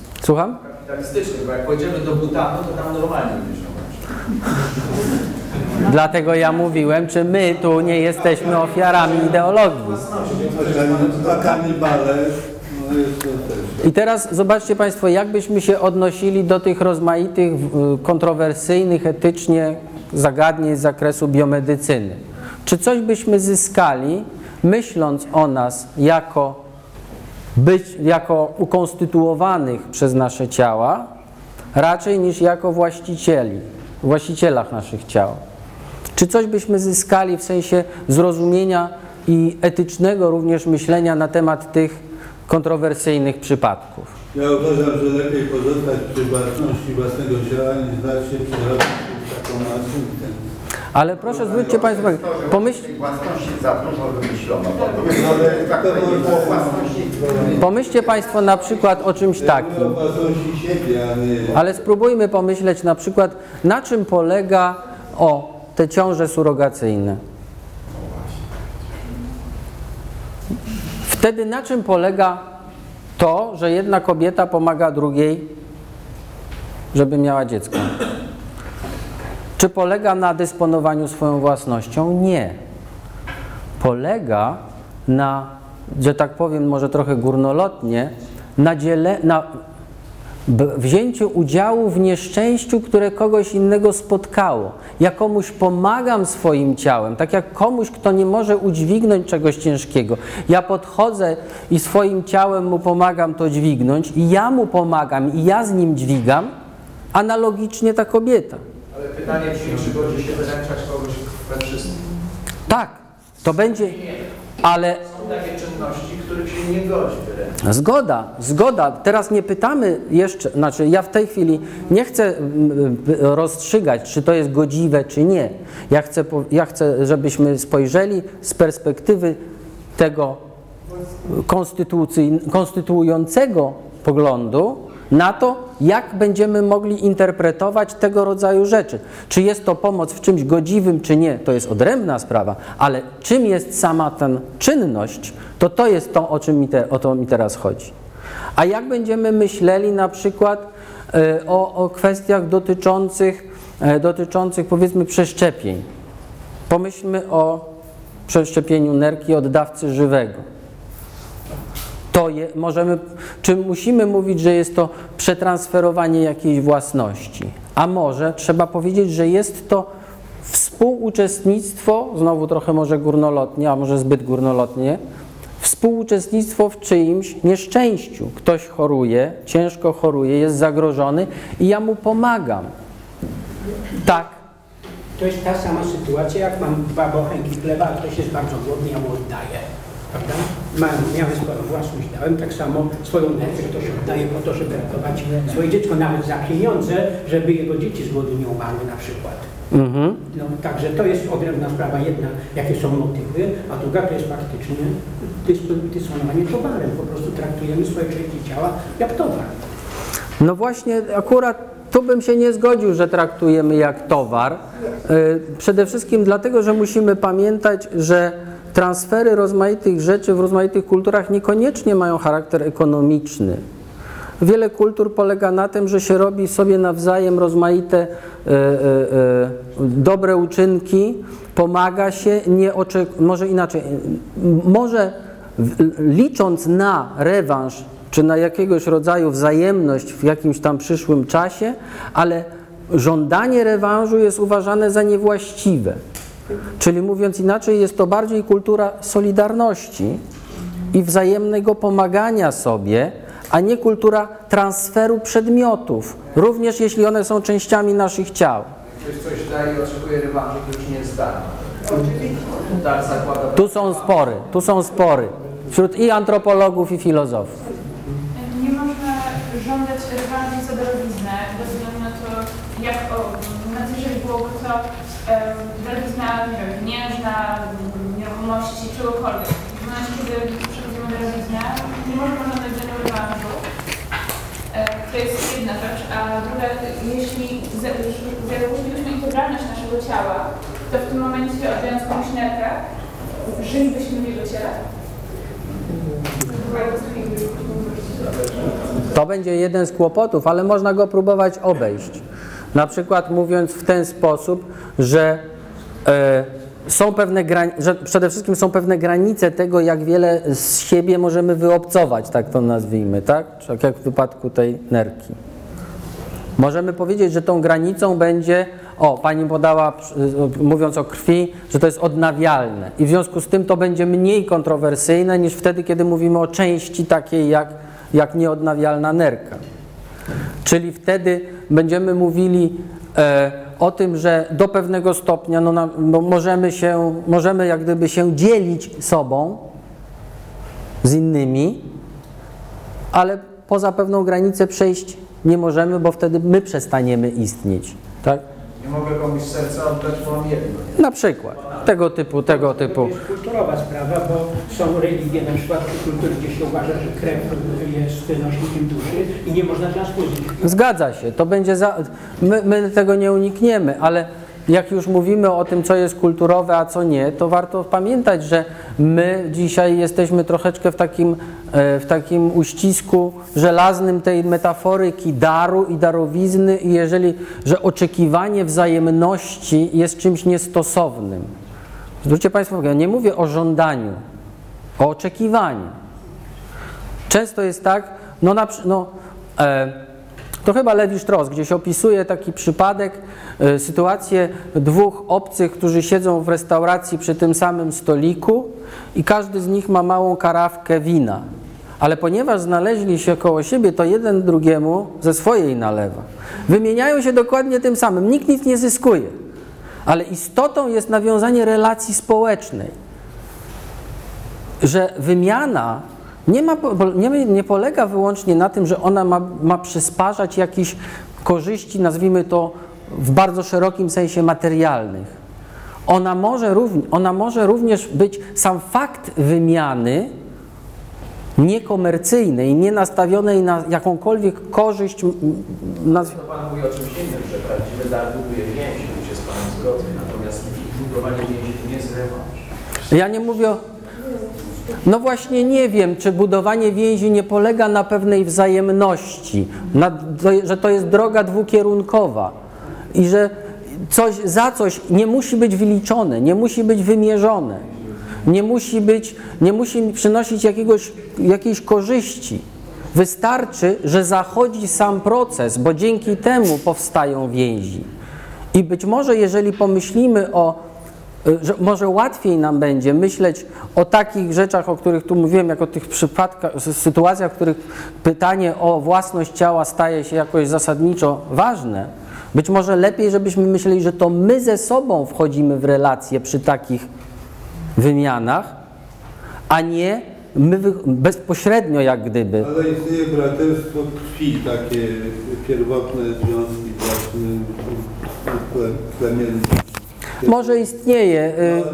Speaker 1: Słucham?
Speaker 12: Kapitalistyczny, bo jak pójdziemy do Butanu, to tam normalnie myślą.
Speaker 1: Dlatego ja mówiłem, czy my tu nie jesteśmy ofiarami ideologii. I teraz zobaczcie Państwo, jak byśmy się odnosili do tych rozmaitych, kontrowersyjnych etycznie zagadnień z zakresu biomedycyny. Czy coś byśmy zyskali, myśląc o nas jako ukonstytuowanych przez nasze ciała, raczej niż jako właścicielach naszych ciał? Czy coś byśmy zyskali w sensie zrozumienia i etycznego również myślenia na temat tych kontrowersyjnych przypadków?
Speaker 8: Ja uważam, że lepiej pozostać przy własności własnego ciała, niż dać się przerobić taką asumpcję.
Speaker 1: Ale proszę, zwróćcie Państwo uwagę, pomyślcie Państwo na przykład o czymś takim, ale spróbujmy pomyśleć na przykład, na czym polega te ciąże surogacyjne. Wtedy na czym polega to, że jedna kobieta pomaga drugiej, żeby miała dziecko? Czy polega na dysponowaniu swoją własnością? Nie. Polega na, że tak powiem może trochę górnolotnie, na wzięciu udziału w nieszczęściu, które kogoś innego spotkało. Ja komuś pomagam swoim ciałem, tak jak komuś, kto nie może udźwignąć czegoś ciężkiego. Ja podchodzę i swoim ciałem mu pomagam to dźwignąć i ja mu pomagam i ja z nim dźwigam, analogicznie ta kobieta.
Speaker 12: Ale pytanie brzmi, czy godzi się wyręczać kogoś we wszystkim?
Speaker 1: Tak, to będzie, ale...
Speaker 12: Są takie czynności, których się nie godzi wyręczać.
Speaker 1: Zgoda. Teraz nie pytamy jeszcze, znaczy ja w tej chwili nie chcę rozstrzygać, czy to jest godziwe, czy nie. Ja chcę, żebyśmy spojrzeli z perspektywy tego konstytuującego poglądu na to, jak będziemy mogli interpretować tego rodzaju rzeczy. Czy jest to pomoc w czymś godziwym, czy nie, to jest odrębna sprawa, ale czym jest sama ta czynność, to jest to, o to mi teraz chodzi. A jak będziemy myśleli na przykład o kwestiach dotyczących powiedzmy przeszczepień. Pomyślmy o przeszczepieniu nerki od dawcy żywego. Czy musimy mówić, że jest to przetransferowanie jakiejś własności? A może trzeba powiedzieć, że jest to współuczestnictwo, znowu trochę może górnolotnie, a może zbyt górnolotnie, współuczestnictwo w czyimś nieszczęściu. Ktoś choruje, ciężko choruje, jest zagrożony i ja mu pomagam. Tak.
Speaker 14: To jest ta sama sytuacja, jak mam 2 bochenki chleba, a ktoś jest bardzo głodny, ja mu oddaję. Prawda? Miałem sporą własność, dałem tak samo swoją nerkę, ktoś oddaje po to, żeby ratować swoje dziecko, nawet za pieniądze, żeby jego dzieci z głodu nie umarły na przykład. No, także to jest odrębna sprawa. Jedna, jakie są motywy, a druga to jest faktycznie dysponowanie towarem. Po prostu traktujemy swoje części ciała jak towar.
Speaker 1: No właśnie, akurat tu bym się nie zgodził, że traktujemy jak towar. Przede wszystkim dlatego, że musimy pamiętać, że transfery rozmaitych rzeczy w rozmaitych kulturach niekoniecznie mają charakter ekonomiczny. Wiele kultur polega na tym, że się robi sobie nawzajem rozmaite dobre uczynki, pomaga się, może inaczej, może licząc na rewanż czy na jakiegoś rodzaju wzajemność w jakimś tam przyszłym czasie, ale żądanie rewanżu jest uważane za niewłaściwe. Czyli mówiąc inaczej, jest to bardziej kultura solidarności i wzajemnego pomagania sobie, a nie kultura transferu przedmiotów, również jeśli one są częściami naszych ciał.
Speaker 12: Ktoś coś daje i oczekuje rewanżu, to już nie jest darmo. Tak zakłada.
Speaker 1: Tu są spory wśród i antropologów, i filozofów.
Speaker 11: Nie można żądać rewanżu za darowiznę, bez względu na to, jeżeli byłoby to darowizna, nie wiem, pieniężna, nieruchomości, czegokolwiek. W momencie, kiedy przechodzimy darowiznę, nie możemy żądać za nią rewanżu. To jest jedna rzecz, a druga, jeśli zagłosilibyśmy integralność naszego ciała, to w tym momencie, oddając komuś nerkę, żylibyśmy w jego ciele.
Speaker 1: To będzie jeden z kłopotów, ale można go próbować obejść. Na przykład mówiąc w ten sposób, że są pewne że przede wszystkim są pewne granice tego, jak wiele z siebie możemy wyobcować, tak to nazwijmy, tak? Tak jak w wypadku tej nerki. Możemy powiedzieć, że tą granicą będzie, pani podała, mówiąc o krwi, że to jest odnawialne i w związku z tym to będzie mniej kontrowersyjne niż wtedy, kiedy mówimy o części takiej jak nieodnawialna nerka. Czyli wtedy będziemy mówili o tym, że do pewnego stopnia możemy jak gdyby się dzielić sobą z innymi, ale poza pewną granicę przejść nie możemy, bo wtedy my przestaniemy istnieć. Tak?
Speaker 12: Nie mogę komuś serca oddać, bo mam jedno.
Speaker 1: Na przykład. Tego typu.
Speaker 14: To jest kulturowa sprawa, bo są religie, na przykład kultury, gdzie się uważa, że krew jest nośnikiem duszy i nie można transfuzji.
Speaker 1: Zgadza się. To będzie my tego nie unikniemy, ale jak już mówimy o tym, co jest kulturowe, a co nie, to warto pamiętać, że my dzisiaj jesteśmy troszeczkę w takim uścisku żelaznym tej metaforyki daru i darowizny i że oczekiwanie wzajemności jest czymś niestosownym. Zwróćcie Państwo uwagę, nie mówię o żądaniu, o oczekiwaniu. Często jest tak, to chyba Levi-Strauss gdzieś opisuje taki przypadek, sytuację dwóch obcych, którzy siedzą w restauracji przy tym samym stoliku i każdy z nich ma małą karafkę wina. Ale ponieważ znaleźli się koło siebie, to jeden drugiemu ze swojej nalewa. Wymieniają się dokładnie tym samym. Nikt nic nie zyskuje. Ale istotą jest nawiązanie relacji społecznej. Że wymiana nie polega wyłącznie na tym, że ona ma przysparzać jakichś korzyści, nazwijmy to w bardzo szerokim sensie materialnych. Ona może również być sam fakt wymiany niekomercyjnej, nie nastawionej na jakąkolwiek korzyść.
Speaker 12: To Pan mówi o czymś innym, że prawdziwy dar buduje więzi, tu się z Panem zgodzę, natomiast budowanie więzi to nie jest rewanż.
Speaker 1: Ja nie mówię o... No właśnie nie wiem, czy budowanie więzi nie polega na pewnej wzajemności, że to jest droga dwukierunkowa i że coś za coś nie musi być wyliczone, nie musi być wymierzone, nie musi przynosić jakiejś korzyści. Wystarczy, że zachodzi sam proces, bo dzięki temu powstają więzi. I być może jeżeli pomyślimy że może łatwiej nam będzie myśleć o takich rzeczach, o których tu mówiłem, jak o tych przypadkach, sytuacjach, w których pytanie o własność ciała staje się jakoś zasadniczo ważne. Być może lepiej, żebyśmy myśleli, że to my ze sobą wchodzimy w relacje przy takich wymianach, a nie my bezpośrednio jak gdyby.
Speaker 8: Ale istnieje braterstwo krwi, takie pierwotne związki plemienne.
Speaker 12: Może istnieje.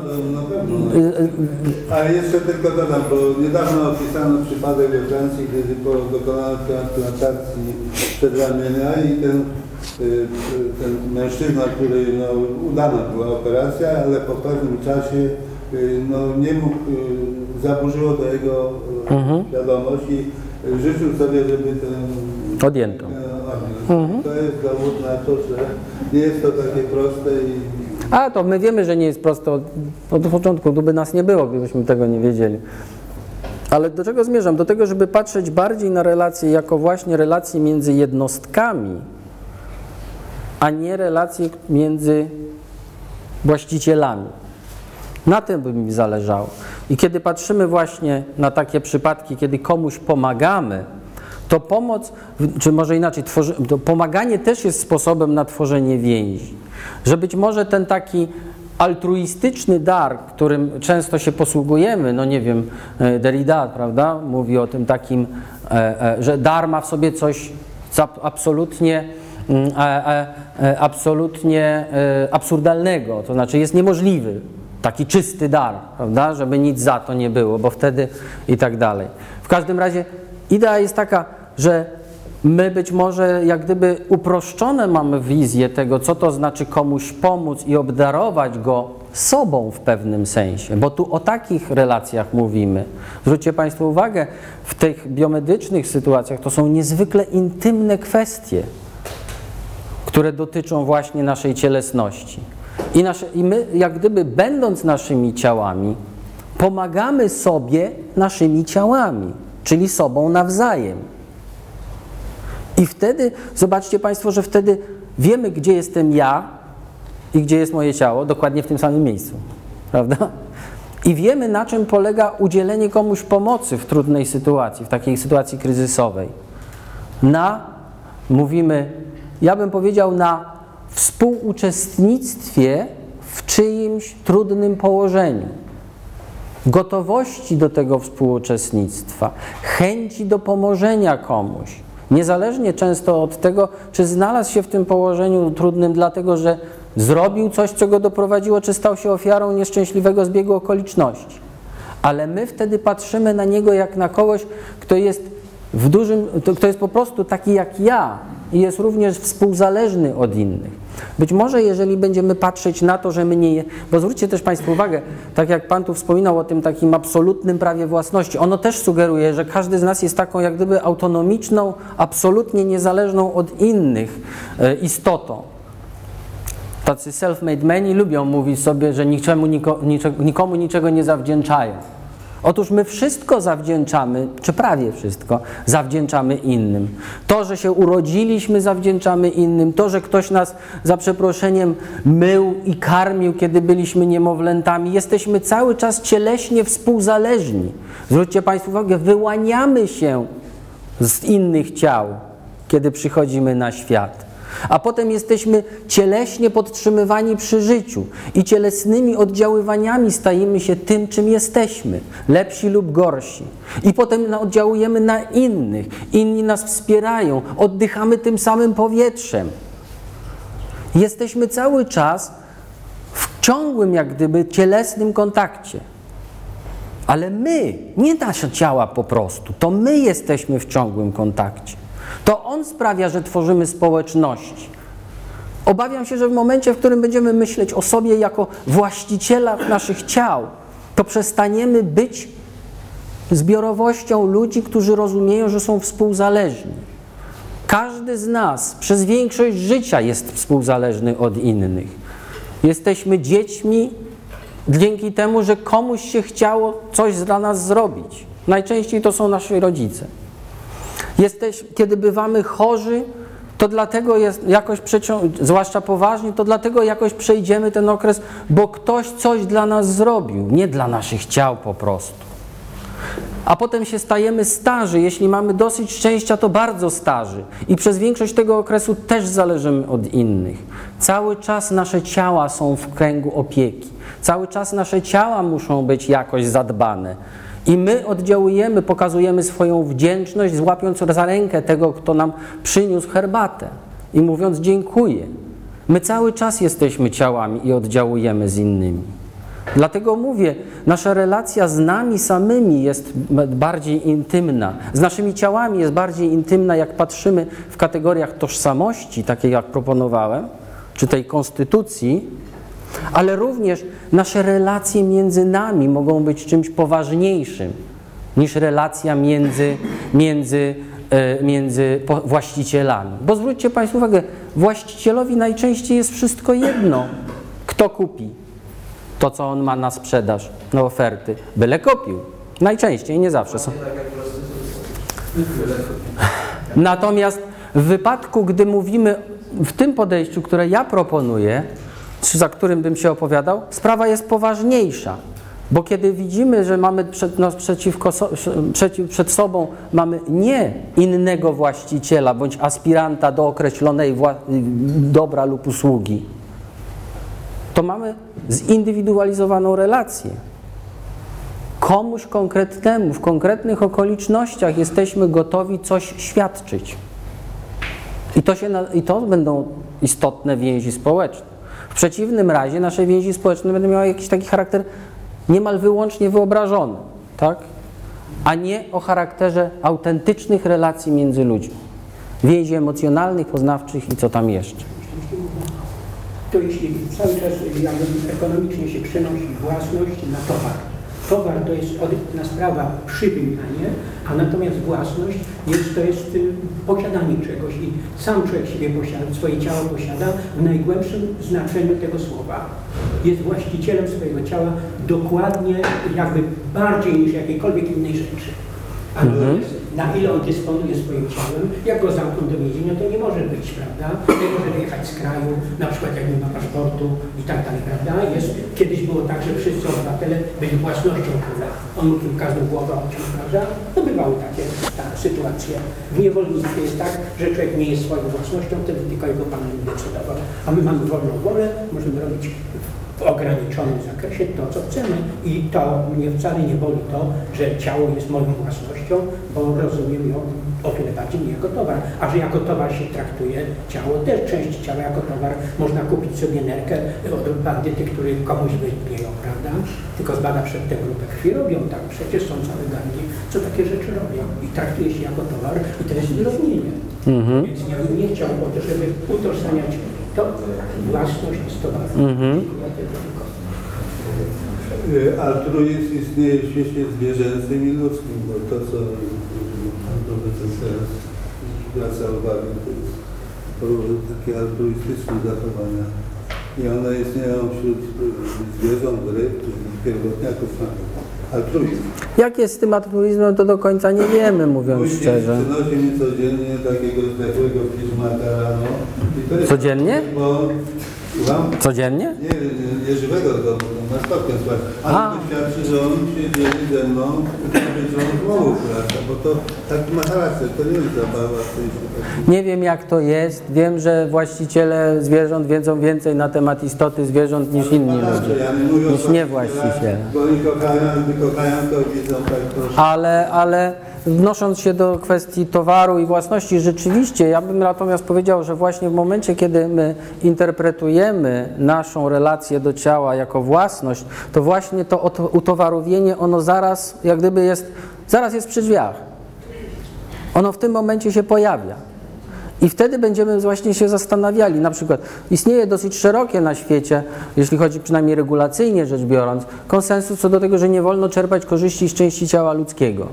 Speaker 8: Ale jeszcze tylko dodam, bo niedawno opisano przypadek we Francji, kiedy dokonano transplantacji przedramienia i ten mężczyzna, który udana była operacja, ale po pewnym czasie nie mógł, zaburzyło to jego świadomość i życzył sobie, żeby ten
Speaker 1: odjęto.
Speaker 8: To jest dowód na to, że nie jest to takie proste i
Speaker 1: to my wiemy, że nie jest proste od początku, tu by nas nie było, gdybyśmy tego nie wiedzieli. Ale do czego zmierzam? Do tego, żeby patrzeć bardziej na relacje jako właśnie relacje między jednostkami, a nie relacje między właścicielami. Na tym by mi zależało. I kiedy patrzymy właśnie na takie przypadki, kiedy komuś pomagamy, to pomoc, czy może inaczej, to pomaganie też jest sposobem na tworzenie więzi. Że być może ten taki altruistyczny dar, którym często się posługujemy, no nie wiem, Derrida, prawda, mówi o tym takim, że dar ma w sobie coś absolutnie absurdalnego, to znaczy jest niemożliwy, taki czysty dar, prawda, żeby nic za to nie było, bo wtedy i tak dalej. W każdym razie idea jest taka, że my być może jak gdyby uproszczone mamy wizję tego, co to znaczy komuś pomóc i obdarować go sobą w pewnym sensie, bo tu o takich relacjach mówimy. Zwróćcie Państwo uwagę, w tych biomedycznych sytuacjach to są niezwykle intymne kwestie, które dotyczą właśnie naszej cielesności. I my, jak gdyby będąc naszymi ciałami, pomagamy sobie naszymi ciałami, czyli sobą nawzajem. I wtedy, zobaczcie Państwo, że wtedy wiemy, gdzie jestem ja i gdzie jest moje ciało, dokładnie w tym samym miejscu, prawda? I wiemy, na czym polega udzielenie komuś pomocy w trudnej sytuacji, w takiej sytuacji kryzysowej. Mówimy, ja bym powiedział, na współuczestnictwie w czyimś trudnym położeniu. Gotowości do tego współuczestnictwa, chęci do pomożenia komuś. Niezależnie często od tego, czy znalazł się w tym położeniu trudnym dlatego, że zrobił coś, co go doprowadziło, czy stał się ofiarą nieszczęśliwego zbiegu okoliczności. Ale my wtedy patrzymy na niego jak na kogoś, kto jest kto jest po prostu taki jak ja i jest również współzależny od innych. Być może jeżeli będziemy patrzeć na to, że my nie... Bo zwróćcie też Państwo uwagę, tak jak Pan tu wspominał o tym takim absolutnym prawie własności, ono też sugeruje, że każdy z nas jest taką jak gdyby autonomiczną, absolutnie niezależną od innych istotą. Tacy self-made meni lubią mówić sobie, że nikomu niczego nie zawdzięczają. Otóż my wszystko zawdzięczamy, czy prawie wszystko, zawdzięczamy innym. To, że się urodziliśmy, zawdzięczamy innym. To, że ktoś nas, za przeproszeniem, mył i karmił, kiedy byliśmy niemowlętami. Jesteśmy cały czas cieleśnie współzależni. Zwróćcie Państwo uwagę, wyłaniamy się z innych ciał, kiedy przychodzimy na świat. A potem jesteśmy cieleśnie podtrzymywani przy życiu i cielesnymi oddziaływaniami stajemy się tym, czym jesteśmy, lepsi lub gorsi. I potem oddziałujemy na innych, inni nas wspierają, oddychamy tym samym powietrzem. Jesteśmy cały czas w ciągłym, jak gdyby, cielesnym kontakcie. Ale my, nie nasze ciała po prostu, to my jesteśmy w ciągłym kontakcie. To on sprawia, że tworzymy społeczności. Obawiam się, że w momencie, w którym będziemy myśleć o sobie jako właścicielach naszych ciał, to przestaniemy być zbiorowością ludzi, którzy rozumieją, że są współzależni. Każdy z nas przez większość życia jest współzależny od innych. Jesteśmy dziećmi dzięki temu, że komuś się chciało coś dla nas zrobić. Najczęściej to są nasi rodzice. Kiedy bywamy chorzy, to dlatego zwłaszcza poważnie, to dlatego jakoś przejdziemy ten okres, bo ktoś coś dla nas zrobił, nie dla naszych ciał po prostu. A potem się stajemy starzy, jeśli mamy dosyć szczęścia, to bardzo starzy i przez większość tego okresu też zależymy od innych. Cały czas nasze ciała są w kręgu opieki, cały czas nasze ciała muszą być jakoś zadbane. I my oddziałujemy, pokazujemy swoją wdzięczność, złapiąc za rękę tego, kto nam przyniósł herbatę i mówiąc dziękuję. My cały czas jesteśmy ciałami i oddziałujemy z innymi. Dlatego mówię, nasza relacja z nami samymi jest bardziej intymna, z naszymi ciałami jest bardziej intymna, jak patrzymy w kategoriach tożsamości, takiej jak proponowałem, czy tej konstytucji, ale również nasze relacje między nami mogą być czymś poważniejszym niż relacja między właścicielami. Bo zwróćcie Państwo uwagę, właścicielowi najczęściej jest wszystko jedno, kto kupi to, co on ma na sprzedaż, na oferty, byle kupił. Najczęściej, nie zawsze są. Natomiast w wypadku, gdy mówimy w tym podejściu, które ja proponuję, czy za którym bym się opowiadał, sprawa jest poważniejsza, bo kiedy widzimy, że mamy przed sobą mamy nie innego właściciela bądź aspiranta do określonej dobra lub usługi, to mamy zindywidualizowaną relację. Komuś konkretnemu, w konkretnych okolicznościach jesteśmy gotowi coś świadczyć. I to będą istotne więzi społeczne. W przeciwnym razie nasze więzi społeczne będą miały jakiś taki charakter niemal wyłącznie wyobrażony, tak? A nie o charakterze autentycznych relacji między ludźmi. Więzi emocjonalnych, poznawczych i co tam jeszcze.
Speaker 14: To jeśli cały czas ekonomicznie się przenosi własność na towar, Towar to jest odrębna sprawa przy wymianie, a natomiast własność to jest posiadanie czegoś i sam człowiek siebie posiada, swoje ciało posiada w najgłębszym znaczeniu tego słowa. Jest właścicielem swojego ciała dokładnie, jakby bardziej niż jakiejkolwiek innej rzeczy. Ale na ile on dysponuje swoim ciałem, jak go zamkną do więzienia, to nie może być, prawda? Nie może wyjechać z kraju, na przykład jak nie ma paszportu i tak dalej, prawda? Kiedyś było tak, że wszyscy obywatele byli własnością króla. On mógł im każdą głowę odciąć, prawda? No bywały takie sytuacje. W niewolnictwie jest tak, że człowiek nie jest swoją własnością, wtedy tylko jego pan nie decydował. A my mamy wolną wolę, możemy robić w ograniczonym zakresie to, co chcemy i to mnie wcale nie boli to, że ciało jest moją własnością, bo rozumiem ją o tyle bardziej nie jako towar, a że jako towar się traktuje ciało, też część ciała jako towar, można kupić sobie nerkę od bandyty, który komuś wypieją, prawda? Tylko zbada przedtem grupę krwi, robią tak, przecież są całe gangi, co takie rzeczy robią i traktuje się jako towar i to jest wyróżnienie. Więc ja bym nie chciał po to, żeby utożsamiać to własność z towarem.
Speaker 8: Altruizm istnieje w świecie zwierzęcym i ludzkim, bo to, co profesor teraz zwraca uwagę, to jest takie altruistyczne zachowania. I one istnieją wśród zwierząt, ryb, pierwotniaków. Altruizm.
Speaker 1: Jak jest z tym altruizmem, to do końca nie wiemy, mówiąc szczerze.
Speaker 8: Przynosi mi codziennie takiego zdechłego piżmaka rano.
Speaker 1: Codziennie? Codziennie?
Speaker 8: Nie żywego domu, na stopkę słuchaj. Ale to świadczy, że on się dzieli ze mną rozmowów, bo to taki ma charakter, to nie jest zabawa.
Speaker 1: Nie wiem, jak to jest. Wiem, że właściciele zwierząt wiedzą więcej na temat istoty zwierząt niż inni ludzie. Niż nie właściciele.
Speaker 8: Bo oni kochają, to widzą tak proszę.
Speaker 1: Ale wnosząc się do kwestii towaru i własności, rzeczywiście, ja bym natomiast powiedział, że właśnie w momencie, kiedy my interpretujemy naszą relację do ciała jako własność, to właśnie to utowarowienie, ono zaraz, jak gdyby zaraz jest przy drzwiach. Ono w tym momencie się pojawia. I wtedy będziemy właśnie się zastanawiali, na przykład istnieje dosyć szerokie na świecie, jeśli chodzi przynajmniej regulacyjnie rzecz biorąc, konsensus co do tego, że nie wolno czerpać korzyści z części ciała ludzkiego.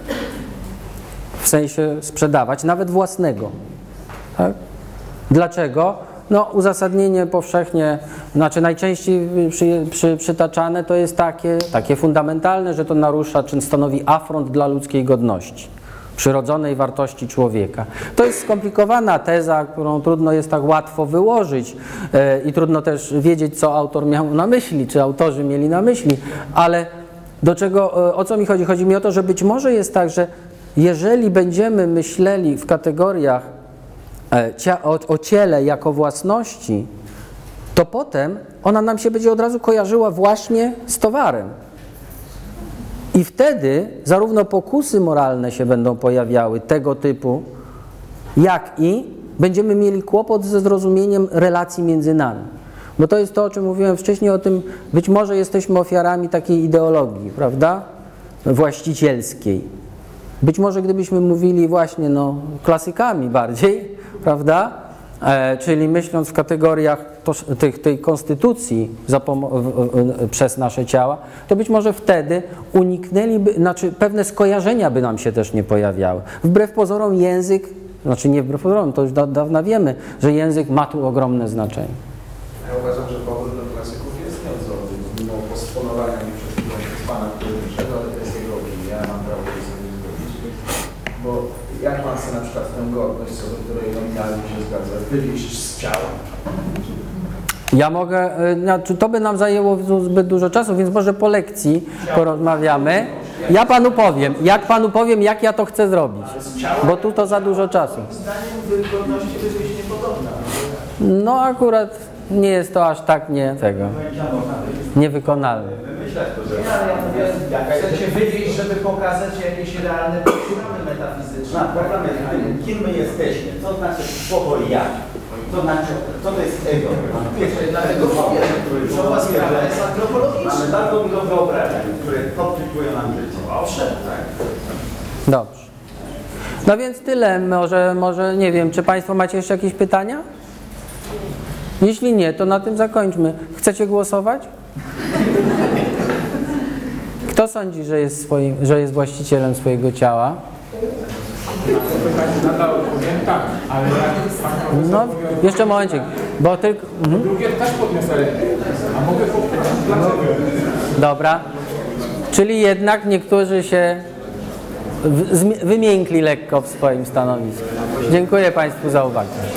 Speaker 1: W sensie sprzedawać, nawet własnego. Tak? Dlaczego? No uzasadnienie powszechnie, znaczy najczęściej przytaczane to jest takie fundamentalne, że to narusza, czy stanowi afront dla ludzkiej godności, przyrodzonej wartości człowieka. To jest skomplikowana teza, którą trudno jest tak łatwo wyłożyć i trudno też wiedzieć, co autor miał na myśli, czy autorzy mieli na myśli, ale o co mi chodzi? Chodzi mi o to, że być może jest tak, że jeżeli będziemy myśleli w kategoriach o ciele jako własności, to potem ona nam się będzie od razu kojarzyła właśnie z towarem. I wtedy zarówno pokusy moralne się będą pojawiały tego typu, jak i będziemy mieli kłopot ze zrozumieniem relacji między nami. Bo to jest to, o czym mówiłem wcześniej, o tym, być może jesteśmy ofiarami takiej ideologii, prawda? Właścicielskiej. Być może gdybyśmy mówili właśnie klasykami bardziej, prawda? Czyli myśląc w kategoriach tej konstytucji przez nasze ciała, to być może wtedy uniknęliby, znaczy pewne skojarzenia by nam się też nie pojawiały. Wbrew pozorom język, znaczy nie wbrew pozorom, to już dawno wiemy, że język ma tu ogromne znaczenie.
Speaker 12: Ja uważam, że powód do klasyków jest nieodzowny, mimo postponowania mi przez pana, który wyszedł, ale to jest jego opinia, ja mam prawo się nie zrobić. Bo jak pan chce na przykład tę godność, co do której nominalnie się zgadza, wywieźć z ciała?
Speaker 1: Ja mogę, to by nam zajęło zbyt dużo czasu, więc może po lekcji porozmawiamy. Ja panu powiem, jak ja to chcę zrobić, bo tu to za dużo czasu.
Speaker 12: Zdaniem godności wywieźć niepodobna.
Speaker 1: No akurat nie jest to aż tak niewykonalne.
Speaker 12: Chcecie wywieźć, żeby pokazać jakieś realne podstawy metafizyczne.
Speaker 6: Problem jest w tym, kim my jesteśmy, co znaczy słowo ja, co to jest ego.
Speaker 12: Dlatego powiem, że was sprawa jest antropologiczna.
Speaker 6: Mamy bardzo dużo wyobrażeń, które podczytują nam życie.
Speaker 12: Owszem, tak.
Speaker 1: Dobrze. No więc tyle, może nie wiem, czy Państwo macie jeszcze jakieś pytania? Jeśli nie, to na tym zakończmy. Chcecie głosować? Kto sądzi, że jest właścicielem swojego ciała?
Speaker 9: Nadal odpowiem tak, ale jak pan profesor
Speaker 1: No, jeszcze momencik, bo tylko...
Speaker 9: Drugie też podniosę rękę, a mogę popytać dlaczego?
Speaker 1: Dobra. Czyli jednak niektórzy się wymiękli lekko w swoim stanowisku. Dziękuję Państwu za uwagę.